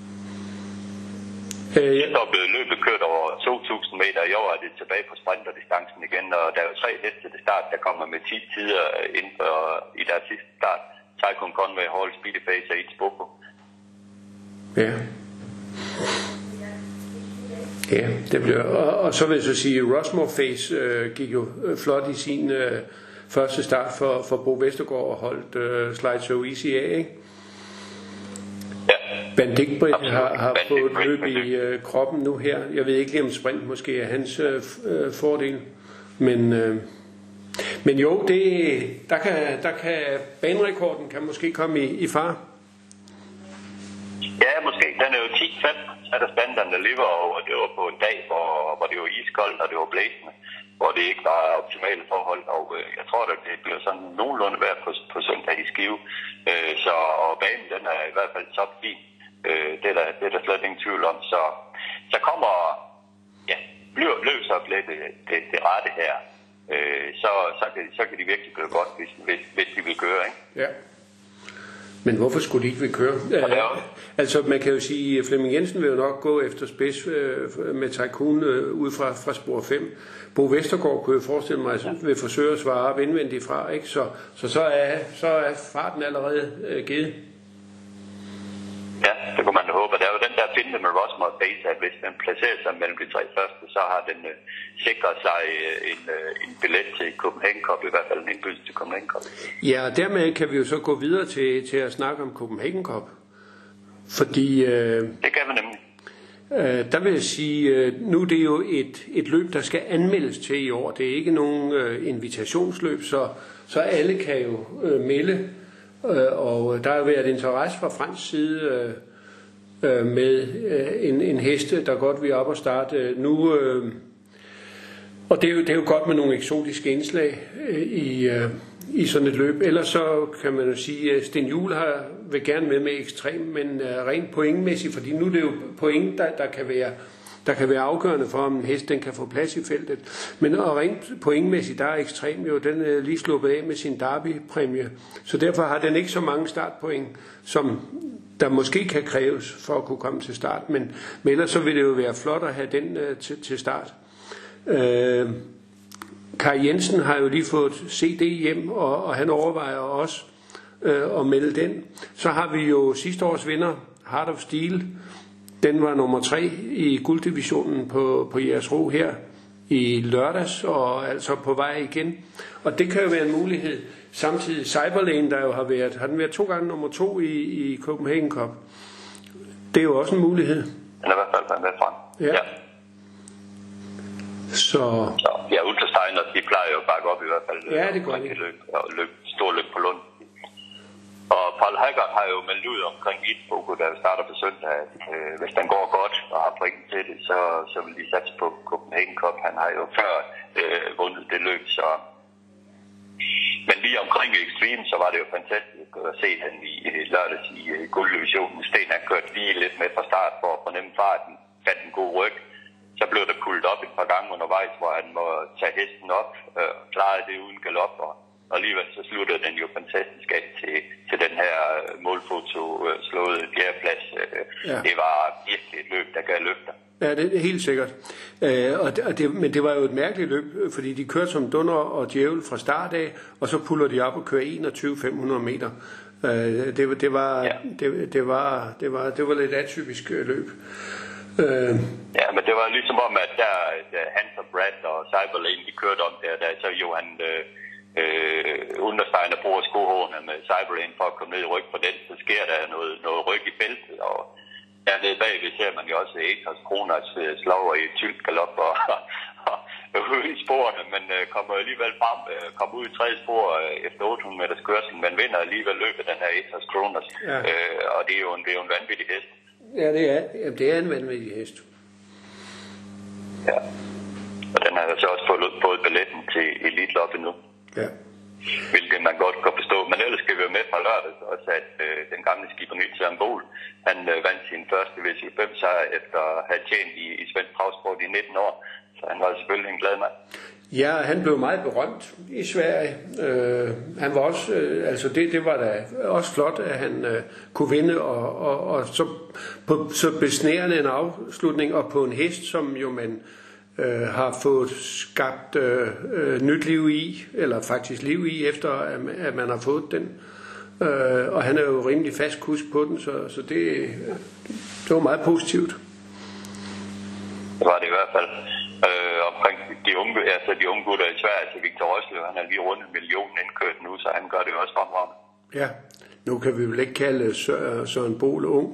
Øh, ja. Der er blevet løbet kørt over to tusind meter. I år er det tilbage på sprinterdistancen igen, og der er jo tre heste til start, der kommer med ti tider inden for, i deres sidste start. Tycoon Conway, Hall, Speedyface og Eats Boko. Ja. Ja, det bliver. Og, og så vil jeg så sige, at Rossmore Face øh, gik jo øh, flot i sin øh, første start for, for Bo Vestergaard og holdt øh, Slide So Easy af, ikke? Ja. Bandikbrit har, har fået løb i øh, kroppen nu her. Jeg ved ikke lige om sprint måske er hans øh, fordel, men øh, men jo, det der kan der kan banerekorden kan måske komme i, i far. Ja, måske. Den er jo ti fem, så er der standarden alligevel, og det var på en dag, hvor, hvor det var iskoldt, og det var blæsende, hvor det ikke var optimale forhold, og øh, jeg tror, at det bliver sådan nogenlunde værd på, på søndag i Skive. Øh, så og banen, den er i hvert fald topfin. Øh, det, er der, det er der slet ingen tvivl om. Så, så kommer, ja, bliver løser og det, det, det rette her, øh, så, så, kan, så kan de virkelig gøre godt, hvis, hvis, hvis de vil køre, ikke? Ja. Men hvorfor skulle de ikke vil køre? Ja, altså man kan jo sige, at Flemming Jensen vil jo nok gå efter spids øh, med Tycoon øh, ud fra, fra spor fem. Bo Vestergaard kunne jo forestille mig, at han vil forsøge at svare op indvendigt fra, ikke? Så, så, så, er, så er farten allerede øh, givet. Ja, det kunne man da håbe. Der er jo den der finte med Rossmore Face, at hvis den placerer sig mellem de tre første, så har den øh, sikret sig øh, en, øh, en billet til Copenhagen Cup, i hvert fald en indbydelse til Copenhagen Cup. Ja, og dermed kan vi jo så gå videre til, til at snakke om Copenhagen Cup. Fordi... Øh, det kan vi nemlig. Øh, der vil jeg sige, øh, nu er det jo et, et løb, der skal anmeldes til i år. Det er ikke nogen øh, invitationsløb, så, så alle kan jo øh, melde. Og der har været interesse fra fransk side øh, med øh, en, en heste, der godt vil op og starte nu. Øh, og det er, jo, det er jo godt med nogle eksotiske indslag øh, i, øh, i sådan et løb. Ellers så kan man jo sige, at Sten Juhl har, vil gerne med med ekstrem, men øh, rent pointmæssigt, fordi nu er det jo point, der, der kan være... der kan være afgørende for, om en hest den kan få plads i feltet. Men og rent pointmæssigt, der er ekstrem jo, den er lige sluppet af med sin derbypræmie. Så derfor har den ikke så mange startpoint, som der måske kan kræves for at kunne komme til start. Men, men ellers så vil det jo være flot at have den uh, til, til start. Uh, Kai Jensen har jo lige fået C D hjem, og, og han overvejer også uh, at melde den. Så har vi jo sidste års vinder, Heart of Steel. Den var nummer tre i gulddivisionen på, på Jeres Ro her. i lørdags, og altså på vej igen. Og det kan jo være en mulighed. Samtidig Cyberlane, der jo har været, har den været to gange nummer to i, i Copenhagen Cup. Det er jo også en mulighed. Den er i hvert fald været med frem. Ja. ja. Så... Så ja, Ultrasteiner, de plejer jo at bakke op i hvert fald. Ja, det gør de. Løb, og løb, stor løb på Lund. Og Paul Haggard har jo meldt ud omkring Eastboko, der starter på søndag. Øh, hvis den går godt og har point til det, så, så vil de satse på Copenhagen Cup. Han har jo før øh, vundet det løb, så... Men lige omkring Extreme, så var det jo fantastisk at se den i lørdags i gulddivisionen. Sten har kørt lige lidt med fra start for at fornemme farten, fandt en god ryg. Så blev der pullet op et par gange undervejs, hvor han må tage hesten op og øh, klare det uden galop. Og alligevel så sluttede den jo fantastisk af til, til den her målfoto øh, slået fjerdeplads. Øh, ja. Det var virkelig et løb, der gav løfter. Ja, det er helt sikkert. Øh, og det, og det, men det var jo et mærkeligt løb, fordi de kørte som dunder og djævel fra start af, og så puller de op og kører enogtyve fem hundrede meter. Øh, det, det, var, ja. det, det, var, det, var, det var lidt atypisk løb. Øh. Ja, men det var ligesom om, at der, der Hans og Brad og Cyberlane, de kørte om der, der så jo han øh, øh, understegner bruger skohårene med Cyberlane for at komme ned i ryg på den, så sker der noget, noget ryg i feltet, og dernede bagved ser man jo også Etas Kroners slager i tylt galop og, og, og ude i sporene, men øh, kommer alligevel frem, øh, kommer ud i tredje spor øh, efter otte hundrede meters kørsel, men vinder alligevel løbet den her Etas Kroners, ja. øh, og det er jo en, det er jo en vanvittig hest. Ja, det er, jamen, det er en vanvittig hest. Ja, og den har så også fået både billetten til Elite-loppet nu. Ja. Hvilket man godt kan forstå. Men ellers skal vi jo med fra lørdag også, at øh, den gamle skipper Nils Søren Bol, han øh, vandt sin første V C fem sejr efter at have tjent i, i svensk travsport i nitten år. Så han var selvfølgelig en glad mand. Ja, han blev meget berømt i Sverige. Øh, han var også, øh, altså det, det var da også flot, at han øh, kunne vinde, og, og, og så, på, så besnærende en afslutning, og på en hest, som jo man øh, har fået skabt øh, øh, nyt liv i, eller faktisk liv i, efter at, at man har fået den. Øh, og han er jo rimelig fast kusk på den, så, så det, øh, det var meget positivt. Det var det i hvert fald. Øh, omkring de unge, altså de unge gutter i Sverige, altså Victor Røslev, han er lige rundt en million indkørt nu, så han gør det jo også fremragende. Ja, nu kan vi vel ikke kalde Søren Bol ung.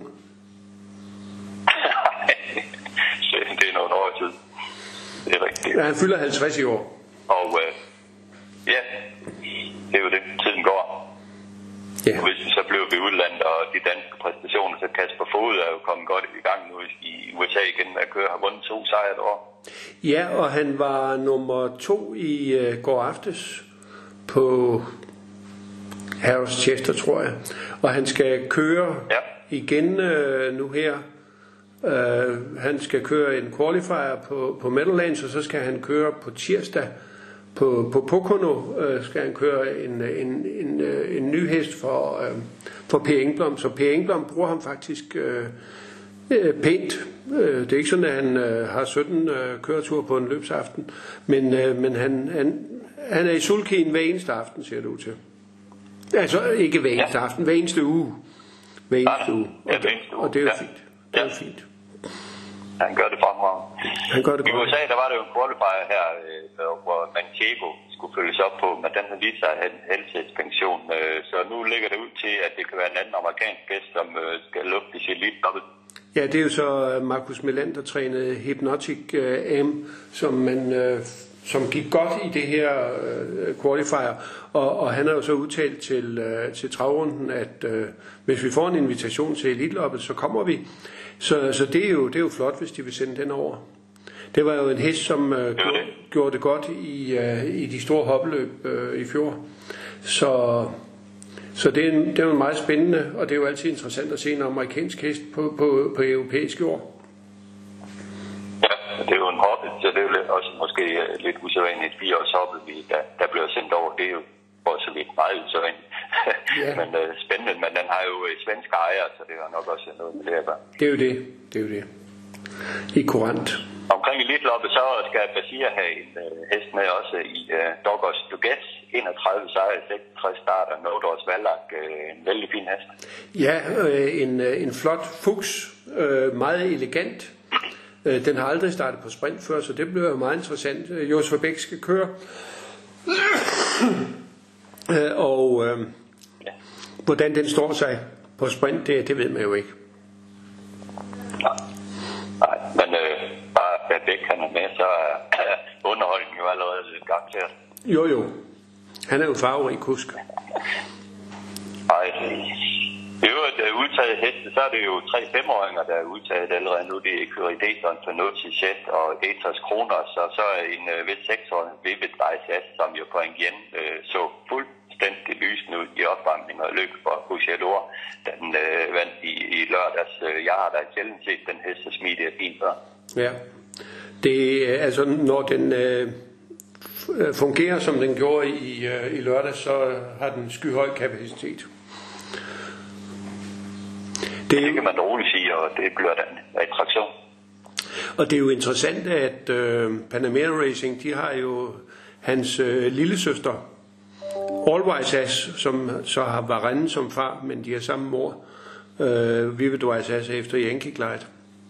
Det er nogle år tid. Det er rigtigt. Ja, han fylder halvtreds i år. Og øh, ja, det er jo det, tiden går. Ja. Og hvis vi så blev ved udlandet og de danske præstationer, så Kasper Fod er jo kommet godt i gang nu i U S A igen med at køre, har vundet to sejre et år. Ja, og han var nummer to i uh, går aftes på Harris Chester, tror jeg. Og han skal køre ja. igen uh, nu her. Uh, han skal køre en qualifier på, på Meadowlands, og så skal han køre på tirsdag på, på Pocono, uh, skal han køre en, en, en, uh, en ny hest for, uh, for Per Engblom. Så Per Engblom bruger ham faktisk uh, uh, pænt. Uh, det er ikke sådan, at han uh, har sytten uh, køreture på en løbsaften, men, uh, men han, han, han er i sulkien hver eneste aften, ser det ud til. Altså ikke hver eneste ja. aften, hver eneste uge. Hver eneste uge. Og, ja, hver eneste uge. Og det er jo ja. fint. Det er jo ja. fint. Han gør det fremragende. Han gør det I U S A, der var det jo en qualifier her, hvor Manchego skulle følges op på, men den har lige sig at have en helsepension. Så nu ligger det ud til, at det kan være en anden amerikansk gæst, som skal lufte i sit Elite-loppet. Ja, det er jo så Marcus Melander, der trænede Hypnotic uh, M, som man... Uh, som gik godt i det her uh, qualifier, og, og han har jo så udtalt til, uh, til travrunden, at uh, hvis vi får en invitation til Elite-loppet, så kommer vi. Så, så det, er jo, det er jo flot, hvis de vil sende den over. Det var jo en hest, som uh, gjorde, gjorde det godt i, uh, i de store hoppeløb uh, i fjor. Så, så det, er en, det er jo meget spændende, og det er jo altid interessant at se en amerikansk hest på, på, på europæisk jord. Det er jo en hoppe, så det er jo også måske lidt usædvanligt. Fire års hoppe, der, der blev sendt over. Det er jo også så vidt meget usædvanligt. Yeah. Men uh, spændende, men den har jo svenske ejere, så det er nok også noget med det at gøre. Det er jo det. Det er jo det. I kurant. Omkring Elite-loppet, så skal Basir have en uh, hest med også i uh, Doggers Dugas. enogtredive sejre, seksogtres starter, Nordårs Valak. Uh, en vældig fin hest. Ja, øh, en, en flot fuchs. Øh, meget elegant. Øh, den har aldrig startet på sprint før, så det bliver meget interessant. Jos Verbeek skal køre. øh, og øh, Ja. hvordan den står sig på sprint, det, det ved man jo ikke. Nej, Nej men øh, bare Verbeek han er med, så er øh, underholdningen jo allerede lidt garanteret. Jo jo, han er jo farverig kusk. Nej, i øvrigt uh, udtaget heste, så er det jo tre femåringer, der er udtaget allerede nu. Det er Kyrideton, Fornuftig Set og Ethos Kronos, og så er en uh, ved seksårig Vivid Vejsas, som jo på en igen uh, så fuldstændig lysende ud i opvarmning og løb for Bouchelor. Den uh, vandt i, i lørdags. Jeg har da sjældent set den hest så smidig og fint før. Ja, det er altså, når den øh, fungerer, som den gjorde i, øh, i lørdag, så har den skyhøj kapacitet. Det, Det kan man roligt sige, og det bliver den attraktion. og det er jo interessant, at øh, Panamera Racing, de har jo hans øh, lillesøster, Allwise As, som så har Varenne som far, men de har samme mor, øh, Vivid Vejsas efter Yankee Glide.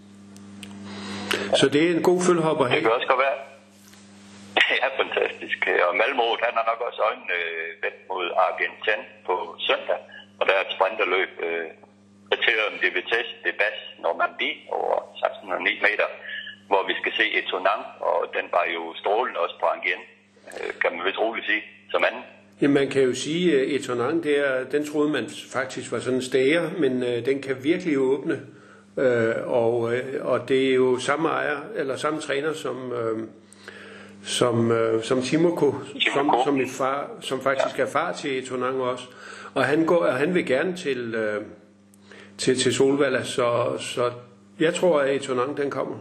Så det er en god følghopper Det her. kan også godt være. Ja, fantastisk. Og Malmrod, han har nok også øjnene øh, vendt mod Argentin på søndag, og der er et sprinterløb. Øh, Kriterium de Vitesse de Basse Normandie over seksten hundrede og ni meter, hvor vi skal se Etonang, og den var jo strålende også på Angien, øh, kan man vist roligt sige, som anden. Jamen, man kan jo sige, at Etonang, den troede man faktisk var sådan en stager, men øh, den kan virkelig åbne. Øh, og, øh, og det er jo samme ejer, eller samme træner som, øh, som, øh, som Timoko, som, som, far, som faktisk er far til Etonang også. Og han, går, og han vil gerne til, øh, til, til Solvalla, så, så jeg tror, at Etonang den kommer.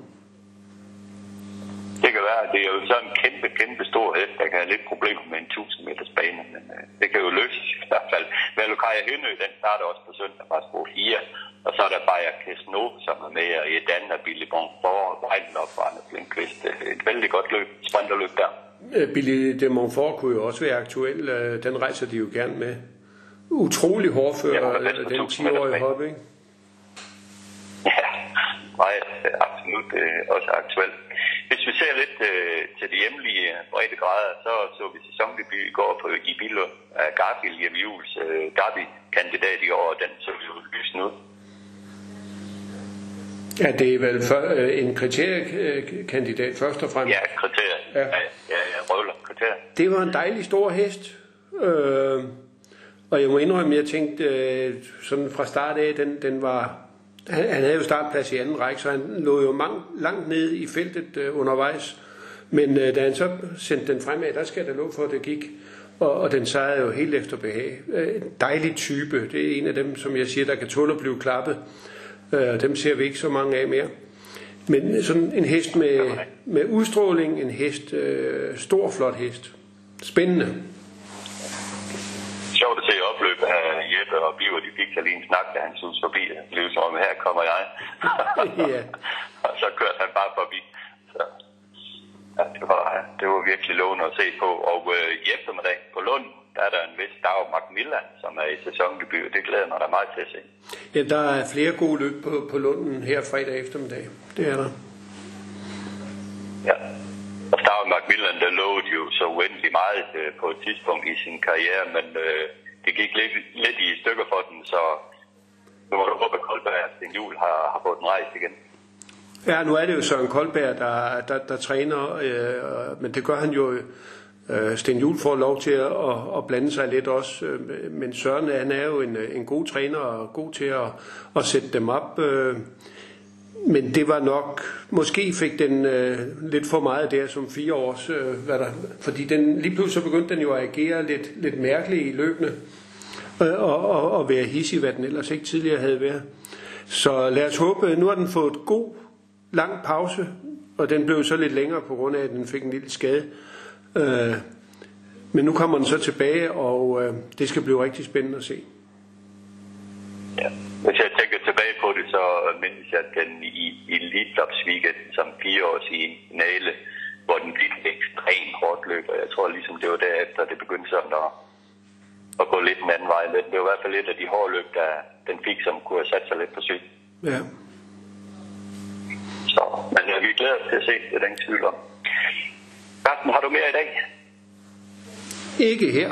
Det kan være, det er jo sådan en kæmpe, kæmpe stor hest, der kan have lidt problemer med en tusind meters bane, men øh, det kan jo løses i hvert fald. Velukaja Hønø, den starter også på søndag fra spor fire, og så er der Bayer Kesno, som er med, og Edan og Billy Bonfort, og Vejlen op for Anders Lindqvist. Et vældig godt løb, sprinterløb der. Billy de Montfort kunne jo også være aktuel, den rejser de jo gerne med. Utrolig hårdfører, ja, den ti-årige hop, ikke? Ja, nej, absolut øh, også aktuelt. Hvis vi ser lidt øh, til de hjemlige brede grader, så så vi sæsondebut i går på, i Billund af Garfield Jeppe Juhls øh, Derby-kandidat i år, og den så jo lysende ud. Ja, det er vel for, øh, en kriteriekandidat først og fremmest. Ja, kriterier. Ja, ja, ja, ja røvler, kriterier. Det var en dejlig stor hest, øh, og jeg må indrømme, jeg tænkte øh, sådan fra start af, den, den var... Han, han havde jo startplads i anden række, så han lå jo mang, langt nede i feltet øh, undervejs. Men øh, da han så sendte den fremad, der skal der lov for, at det gik. Og, og den sejrede jo helt efter behag. Øh, en dejlig type. Det er en af dem, som jeg siger, der kan tåle at blive klappet. Øh, dem ser vi ikke så mange af mere. Men sådan en hest med, med udstråling, en hest, øh, stor, flot hest. Spændende. Sjovt at se opløb af Jeppe og Biver, de fik så lige en snak, da han synes forbi. Det er som, her kommer jeg. Ja. Og så kørte han bare forbi. Så, ja, det, var, det var virkelig lovende at se på. Og øh, i eftermiddag på Lund, der er der en vis Dag Macmillan, som er i sæsondebut, og det glæder mig da meget til at se. Ja, der er flere gode løb på, på Lunden her fredag eftermiddag. Det er der. Ja. Og Dag Macmillan, der lovede jo så uendelig meget øh, på et tidspunkt i sin karriere, men øh, det gik lidt, lidt i stykker for den, så nu må du håbe, at Koldberg og Sten Juhl har, har fået den rejst igen. Ja, nu er det jo Søren Koldberg, der, der, der træner, øh, men det gør han jo. Øh, Sten Juhl får lov til at, at, at blande sig lidt også, øh, men Søren han er jo en, en god træner og god til at, at sætte dem op. Øh, men det var nok, måske fik den øh, lidt for meget der som fire års, øh, hvad der, fordi den, lige pludselig så begyndte den jo at agere lidt, lidt mærkeligt i løbende, øh, og, og, og være hissig, hvad den ellers ikke tidligere havde været. Så lad os håbe, nu har den fået god, lang pause, og den blev så lidt længere på grund af, at den fik en lille skade. Øh, men nu kommer den så tilbage, og øh, det skal blive rigtig spændende at se. Ja. Hvis jeg tænker tilbage på det, så mindes jeg den i, i Elitlops weekend som fire års i finale, hvor den fik et ekstremt hårdt løb, og jeg tror ligesom det var derefter, det begyndte sådan at, at gå lidt en anden vej. Men det var i hvert fald lidt af de hårde løb, der den fik, som kunne have sat sig lidt på syg. Ja. Så Så, men øh, vi glæder os til at se det, den tvivl om. Carsten, har du mere i dag? Ikke her.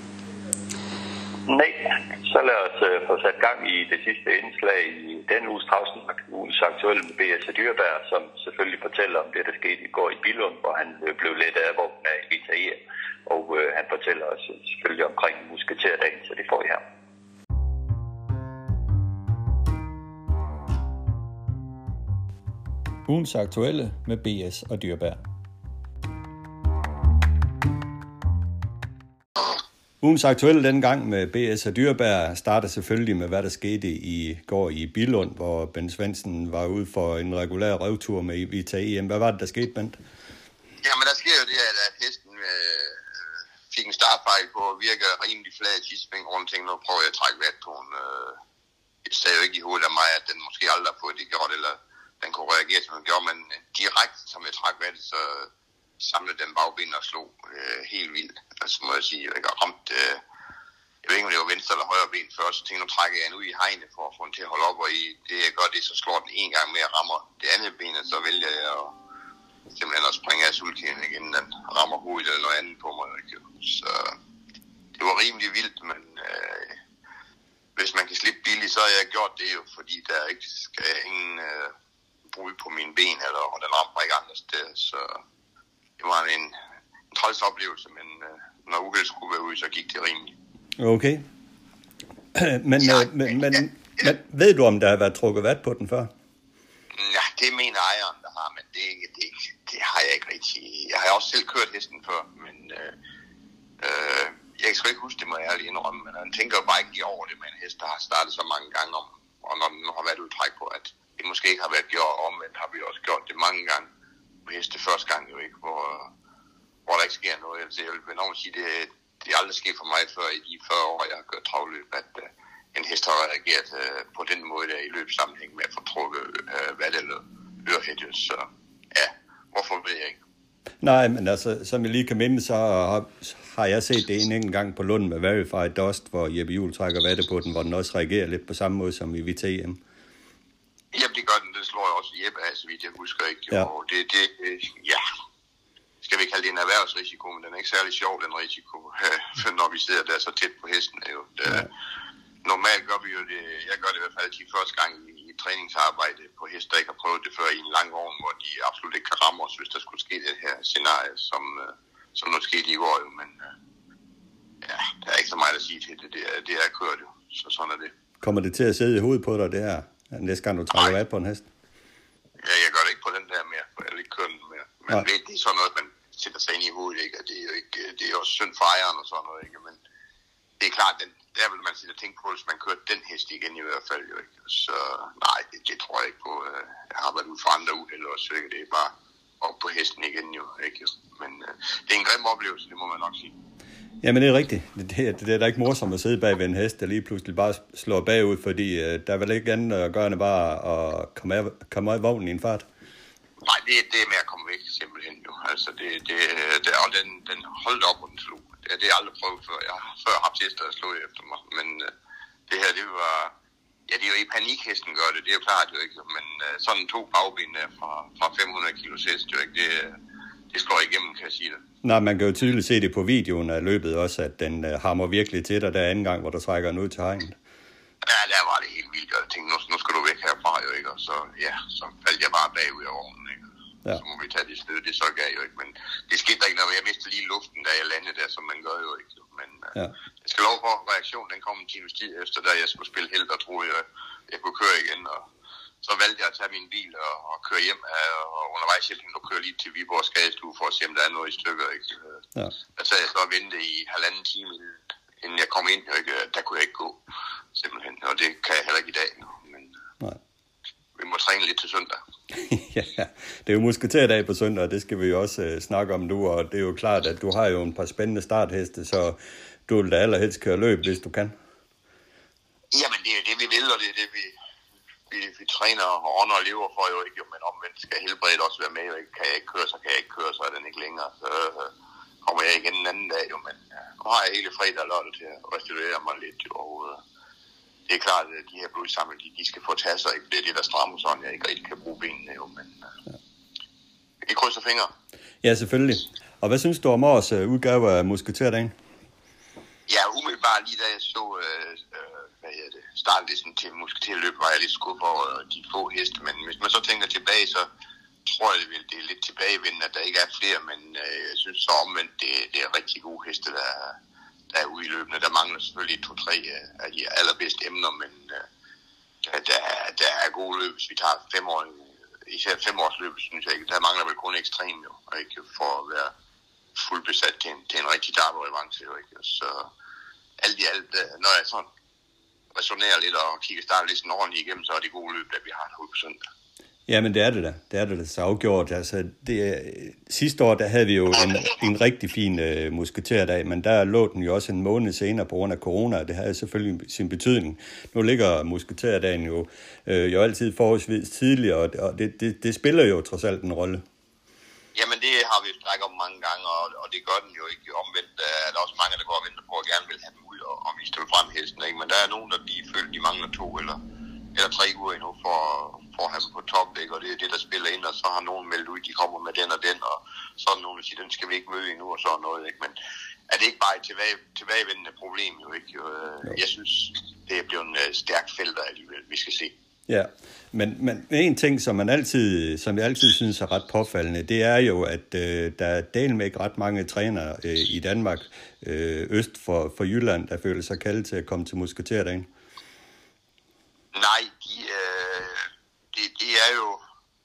Nej, så lad os uh, få sat gang i det sidste indslag i denne uges Travsnak, ugens aktuelle med B S Dyreberg, som selvfølgelig fortæller om det, der skete i går i Billund, hvor han uh, blev let af vognen af Vita E. Og uh, han fortæller os uh, selvfølgelig omkring musketerdagen, så det får I her. Ugens aktuelle med B S og Dyreberg. Ugens aktuelle denne gang med B S og Dyreberg starter selvfølgelig med, hvad der skete i går i Billund, hvor Ben Svendsen var ude for en regulær røvtur med Vita E M. Hvad var det, der skete, Bent? Jamen, der sker jo det, at hesten øh, fik en startfejl på at virke rimelig flad i sidste sving rundt. Tænkte, nu prøver jeg at trække vat på den. Øh, det sagde jo ikke i hovedet af mig, at den måske aldrig har fået det gjort, eller den kunne reagere, som den gjorde, men direkte, som jeg trak vat, så samlede den bagben og slog øh, helt vildt. Altså må jeg sige, jeg har ramt, øh, jeg ved ikke, om det var venstre eller højre ben først, så tænkte jeg, nu trækker jeg den ud i hegnet for at få den til at holde op, og i det jeg gør det, så slår den en gang mere, rammer det andet ben, så vælger jeg at simpelthen at springe af sulkenen igen, den rammer hovedet eller noget andet på mig. Ikke? Så det var rimelig vildt, men øh, hvis man kan slippe billigt, så har jeg gjort det jo, fordi der ikke skal ingen øh, brud på mine ben, eller, og den rammer ikke andre steder, så det var en, en træls oplevelse, men øh, når uheld skulle være ude, så gik det rimeligt. Okay. men, ja, øh, men, men, ja, ja. men ved du, om der har været trukket vat på den før? Ja, det mener ejeren, der har, men det, det, det har jeg ikke rigtig. Jeg har også selv kørt hesten før, men øh, øh, jeg kan sgu ikke huske det, må jeg ærligt indrømme, men han tænker jo bare ikke lige over det med en hest, der har startet så mange gange om, og når den nu har været udtræk på, at det måske ikke har været gjort omvendt, har vi også gjort det mange gange på heste første gang jo ikke, hvor, hvor der ikke sker noget. Altså, jeg vil nok sige, det, det er aldrig sket for mig før i de fyrre år, jeg har kørt travløb, at uh, en hest har reageret uh, på den måde der i løbssammenhæng med at få trukket uh, vat eller ørehætte. Så ja, hvorfor ved jeg ikke. Nej, men altså, som jeg lige kan minde, så har, har jeg set det en enkelt gang på Lund med Verified Dust, hvor Jeppe Juhl trækker vatte på den, hvor den også reagerer lidt på samme måde som i Vita E M. Jamen, det gør den. Det slår jeg også Jeppe af, så vidt jeg husker ikke. Ja. Og det, det, ja, skal vi kalde det en erhvervsrisiko, men den er ikke særlig sjov, den risiko, når vi sidder der så tæt på hesten. Jo. Det, ja. Normalt gør vi jo det, jeg gør det i hvert fald til første gang i, i træningsarbejde på hest, der ikke har prøvet det før i en lang år, hvor de absolut ikke kan ramme os, hvis der skulle ske det her scenarie, som, som nu skete i går. Jo. Men ja, der er ikke så meget at sige til det. Det er, det er kørt jo, så sådan er det. Kommer det til at sidde i hovedet på dig, det her? Næste gang du trækker vat på en hest? Ja, jeg gør det ikke på den der mere, for jeg vil ikke køre den mere. Men det, det er sådan noget, man sætter sig ind i hovedet, ikke? Og det er jo ikke, det er også synd for ejeren og sådan noget, ikke? Men det er klart, den, der vil man sætte og tænke på, hvis man kører den hest igen i hvert fald, jo ikke? Så nej, det, det tror jeg ikke på. Jeg har været ude for andre uheld også, ikke? Det er bare op på hesten igen, jo, ikke? Men uh, det er en grim oplevelse, det må man nok sige. Jamen det er rigtigt. Det, det, det er da ikke morsomt at sidde bag ved en hest, der lige pludselig bare slår bagud, fordi øh, der er vel ikke andet at gøre end bare at komme af, komme af vognen i en fart. Nej, det, det er med at komme væk simpelthen jo. Altså det, det, det og den, den holdt op, og den slog. Det, det har jeg aldrig prøvet før. Jeg har før haft hester, der slog efter mig. Men øh, det her, det var... Ja, det er jo i panik, hesten gør det. Det er jo klart jo ikke. Men øh, sådan to bagben der fra, fra fem hundrede kilo hest jo ikke. Det, det slår igennem, kan jeg sige det. Nej, man kan jo tydeligt se det på videoen af løbet også, at den uh, hammer virkelig til dig der anden gang, hvor du trækker den ud til hegnet. Ja, der var det helt vildt. Jeg tænkte, nu, nu skal du væk herfra jo ikke. Og så, ja, så faldt jeg bare bagud af vognen, ikke. Ja. Så må vi tage det sted, det så gav jo ikke. Men det skete der ikke noget. Jeg mistede lige luften, da jeg landede der, som man gør jo ikke. Men ja. Jeg skal lov for reaktionen, den kom en times tid efter, da jeg skulle spille held, og troede jeg, jeg kunne køre igen. Og så valgte jeg at tage min bil og, og køre hjem, og undervejs jeg tænkte, at køre lige til Viborg skadestue for at se, om der er noget i stykker. Ikke? Ja. Der sad jeg så og ventede i halvanden time, inden jeg kom ind, og ikke, der kunne jeg ikke gå, simpelthen. Og det kan jeg heller ikke i dag. Men nej. Vi må træne lidt til søndag. Ja, det er jo musketerdag på søndag, og det skal vi jo også uh, snakke om nu, og det er jo klart, at du har jo en par spændende startheste, så du vil da allerhelst køre løb, hvis du kan. Jamen, det er det, vi vil, og det er det, vi... Vi, vi træner og ånder og lever for jo ikke, men omvendt skal helbredet også være med, og kan jeg ikke køre, så kan jeg ikke køre, så er den ikke længere. Så øh, kommer jeg igen en anden dag, jo, men øh, nu har jeg hele fredag og lørdag til at restituere mig lidt, jo, og øh, det er klart, at de her blodsamler, de, de skal få tasser, ikke? Det er det, der strammer sådan, jeg ikke rigtig kan bruge benene jo, men ja. Vi krydser fingre. Ja, selvfølgelig. Og hvad synes du om årets uh, udgave af Musketerdagen? Ja, umiddelbart lige da jeg så øh, øh, hvad hedder det, startlisten til Musketerløb, var jeg lidt skuffet over de få heste, men hvis man så tænker tilbage, så tror jeg, det, det er lidt tilbagevendende, at der ikke er flere, men øh, jeg synes så omvendt, det, det er rigtig gode heste, der, der er ude i løbende. Der mangler selvfølgelig to-tre af de allerbedste emner, men øh, der, der er gode løb, hvis vi tager fem år, især femårsløb, synes jeg ikke. Der mangler vel kun ekstrem jo, ikke, for at være fuldt besat til en, til en rigtig dartrevanche jo, ikke. Så alt i alt, når jeg sådan resonerer lidt og kigger startlisten ordentligt igennem, så er det gode løb, der vi har ude på søndag. Ja, men det er det da. Det er det da så afgjort. Altså, det, sidste år, der havde vi jo en, en rigtig fin uh, musketerdag, men der lå den jo også en måned senere på grund af corona, og det havde selvfølgelig sin betydning. Nu ligger musketerdagen jo, uh, jo altid forholdsvis tidligere, og, og det, det, det spiller jo trods alt en rolle. Jamen, det har vi jo snakket om mange gange, og, og det gør den jo ikke omvendt. Der er også mange, der går og venter på at gerne vil have dem ud og, og vise dem frem hesten, ikke? Men der er nogen, der lige føler, de mangler to eller, eller tre uger endnu for, for at have dem på top, ikke? Og det er det, der spiller ind, og så har nogen meldt ud, de kommer med den og den, og så er nogen, der siger, den skal vi ikke møde endnu, og sådan noget, ikke? Men er det ikke bare et tilbage, tilbagevendende problem, jo, ikke? Jo. Jeg synes, det er blevet en stærk felter alligevel, vi skal se. Ja, men, men en ting, som man altid, som jeg altid synes er ret påfaldende, det er jo, at øh, der er delt med ikke ret mange trænere øh, i Danmark, øh, øst for, for Jylland, der føler sig kaldet til at komme til Musketerdagen. Nej, de, øh, det, det er jo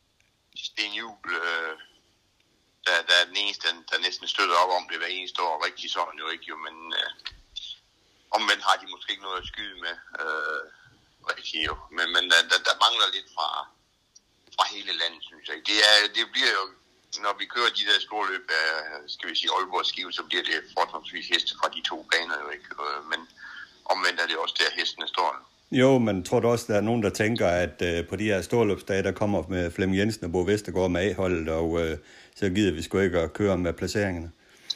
Sten Juhl, øh, der, der er den eneste, der, der næsten støtter op om det hver eneste år, rigtig sådan jo ikke, jo, men øh, omvendt har de måske ikke noget at skyde med, øh, rigtig jo, men, men der, der, der mangler lidt fra, fra hele landet, synes jeg. Det, er, det bliver jo, når vi kører de der store løb af, skal vi sige, Aalborg og Skive, så bliver det forholdsvis heste fra de to baner jo ikke, øh, men omvendt er det også der, hestene står. Jo, men tror du også, der er nogen, der tænker, at øh, på de her storløbsdage, der kommer med Flemming Jensen og Bo Vestergaard med A-holdet, og øh, så gider vi sgu ikke at køre med placeringerne?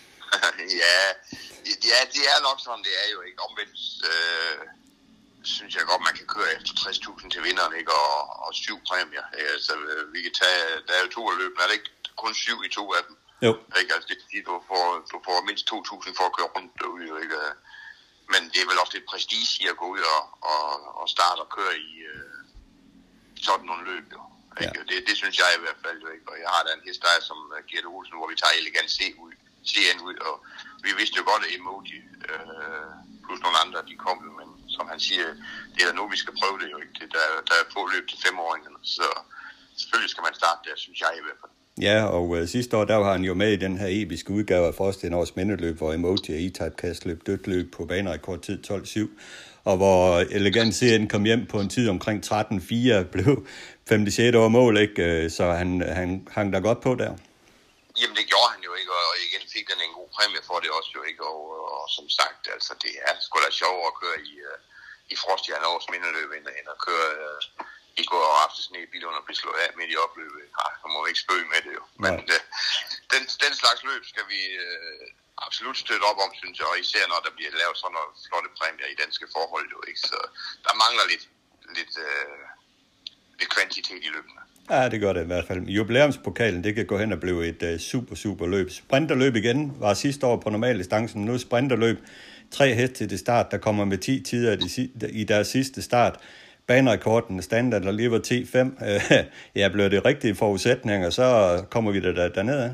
ja, ja, det er nok sådan, det er jo ikke. Omvendt øh, synes jeg godt, man kan køre efter tres tusind til vinderen, ikke? Og, og syv præmier. Altså, vi kan tage, der er jo to af løbene, er det ikke kun syv i to af dem? Jo. Ikke? Altså, det er, du får, du får mindst to tusind for at køre rundt derude, ikke? Men det er vel også lidt prestige i at gå ud og, og, og starte og køre i øh, sådan nogle løb, jo. Ja. Det, det synes jeg i hvert fald jo ikke. Og jeg har da en hest der som uh, Gert Olsen, hvor vi tager Elegant C ud, C N ud, og vi vidste jo godt, at Emoji øh, plus nogle andre, de kom, men som han siger, det er da nu, vi skal prøve det jo ikke. Det, der, der er få løb til femåringerne, så selvfølgelig skal man starte der, synes jeg i hvert fald. Ja, og øh, sidste år, der var han jo med i den her episke udgave af Forsten Års Mindeløb, hvor Emoji og E-Type kastløb dødt løb på banerekordtid tolv syv, og hvor Elegant C N kom hjem på en tid omkring tretten fire, blev femoghalvfjerds over mål, ikke? Så han, han hang der godt på der. Jamen det gjorde han jo ikke, og igen fik den en god præmie for det også jo ikke, og, og som sagt, altså det er sgu da sjovere at køre i, uh, i Frostjern Års Mindeløb, end, end at køre uh, i går og aftes ned i bilen og blive slået af midt i opløbet. Ja, så må vi ikke spøge med det jo. Men uh, den, den slags løb skal vi uh, absolut støtte op om, synes jeg, og især når der bliver lavet sådan nogle flotte præmier i danske forhold jo ikke, så der mangler lidt, lidt, uh, lidt kvantitet i løbene. Ja, det gør det i hvert fald. Jubilæumspokalen, det kan gå hen og blive et uh, super, super løb. Sprinterløb igen var sidste år på normal distance, nu sprinterløb. Tre heste til det start, der kommer med ti tider i deres sidste start. Banerekorden standard og lever T fem. Ja, bliver det rigtige forudsætninger, så kommer vi der, der dernede af.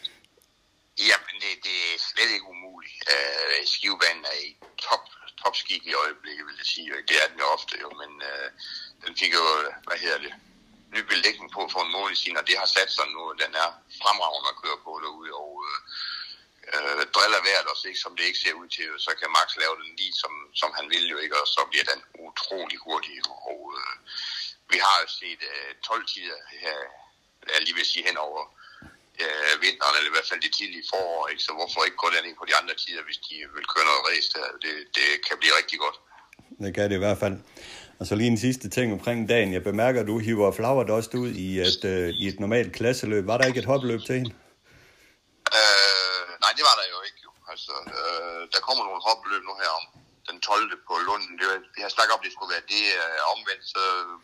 Jamen, det, det er slet ikke umuligt. Uh, Skivebanen er i top, topskik i øjeblikket, vil jeg sige. Det er den jo ofte jo, men uh, den fik jo, hvad hedder det, ny belægning på for en måned siden, og det har sat sig nu, den er fremragende at køre på derude, og øh, driller hvert også, ikke, som det ikke ser ud til, så kan Max lave den lige, som, som han vil jo ikke, og så bliver den utrolig hurtig, og øh, vi har jo set øh, tolv tider her, jeg lige vil sige henover øh, vinteren, eller i hvert fald det tidlige forår, ikke, så hvorfor ikke gå den ind på de andre tider, hvis de vil køre noget race der, det, det kan blive rigtig godt. Det kan det i hvert fald. Og så lige en sidste ting omkring dagen. Jeg bemærker, at du hiver Flavert også ud i et, øh, i et normalt klasseløb. Var der ikke et hopløb til hende? Øh, nej, det var der jo ikke. Jo. Altså, øh, der kommer nogle hopløb nu her om den tolvte på Lunden. Det var, vi har snakket om, det skulle være det uh, omvendt, så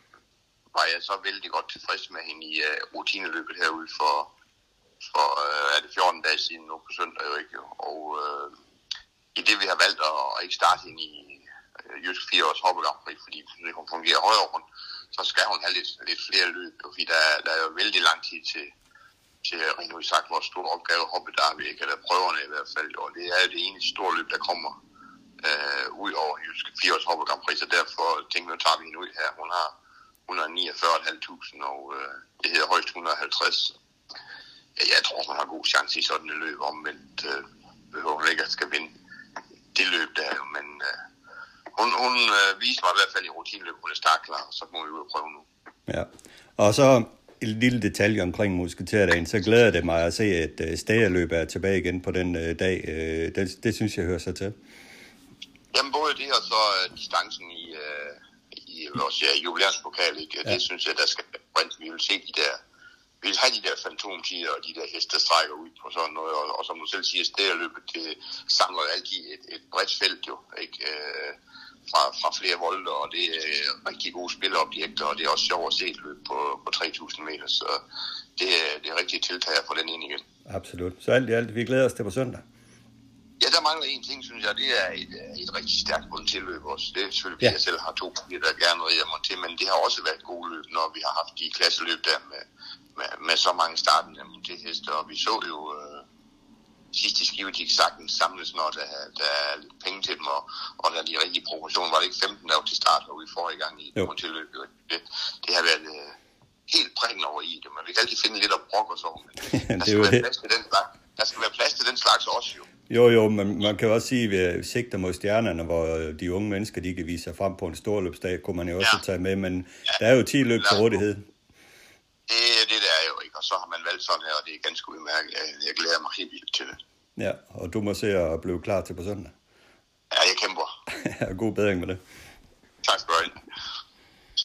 var jeg så vældig godt tilfreds med hende i uh, rutineløbet herude for, for uh, er det fjorten dage siden nu på søndag, jo ikke? Og uh, i det vi har valgt at, at ikke starte hende i uh, Jysk fire års hoppegampri, fordi hun fungerer højere rundt, så skal hun have lidt, lidt flere løb, fordi der, der er jo vældig lang tid til til rent ud sagt, hvor stor opgave hoppe der er vi ikke, eller prøverne i hvert fald, og det er jo det eneste store løb, der kommer øh, ud over Jysk fire års Hoppe Grand Prix, så derfor tænker vi, nu tager vi hende ud her. Hun har et hundrede og niogfyrre tusind fem hundrede, og øh, det hedder højst et hundrede og halvtreds. Jeg tror, hun har god chance i sådan et løb, omvendt øh, behøver hun ikke at skal vinde det løb der, men øh, hun, hun øh, viser mig i hvert fald i rutineløb, hun er startklar, så må vi ud og prøve nu. Ja, og så en lille detalje omkring musketerdagen, så glæder det mig at se, at uh, Stægerløb er tilbage igen på den uh, dag. Uh, det, det synes jeg hører sig til. Jamen både det og så uh, distancen i, uh, i vores ja, jubilæumspokal, ikke? Ja. Det synes jeg, der skal brænde. Vi vil se de der, vi vil have de der fantomtider og de der heste, der strækker ud på sådan noget, og, og som du selv siger, Stægerløbet, det samler altid et, et bredt felt jo, ikke? Uh, Fra, fra flere volter, og det er rigtig gode spilleobjekter, og det er også sjovt at se et løb på, på tre tusind meter, så det er, det er rigtig tiltag for den ind igen. Absolut. Så alt i alt, vi glæder os til på søndag. Ja, der mangler en ting, synes jeg, det er et, et rigtig stærkt monterløb også. Det er selvfølgelig, at jeg selv har to piger, der gerne rider monter, men det har også været et gode løb, når vi har haft de klasseløb der med, med, med så mange startende monterheste, og vi så jo øh, sidst i Skive, de kan sagtens samles, når der, der er lidt penge til dem, og, og der er de rigtige proportioner. Var det ikke femten der var til start, og vi får i gang i monterløbet. Det, det har været øh, helt prikken over i det, men vi kan altid finde lidt at brokke os over. Der skal, være plads til den slags. Der skal være plads til den slags også jo. Jo, jo, men man kan også sige, at vi sigter mod stjernerne, hvor de unge mennesker, de kan vise sig frem på en stor løbsdag, kunne man jo også ja. tage med, men ja. der er jo ti løb til rådighed. Det er det, der er jo ikke, og så har man valgt sådan her, og det er ganske udmærket. Jeg glæder mig helt vildt til det. Ja, og du må se at blive klar til på søndag. Ja, jeg kæmper. God bedring med det. Tak skal du have.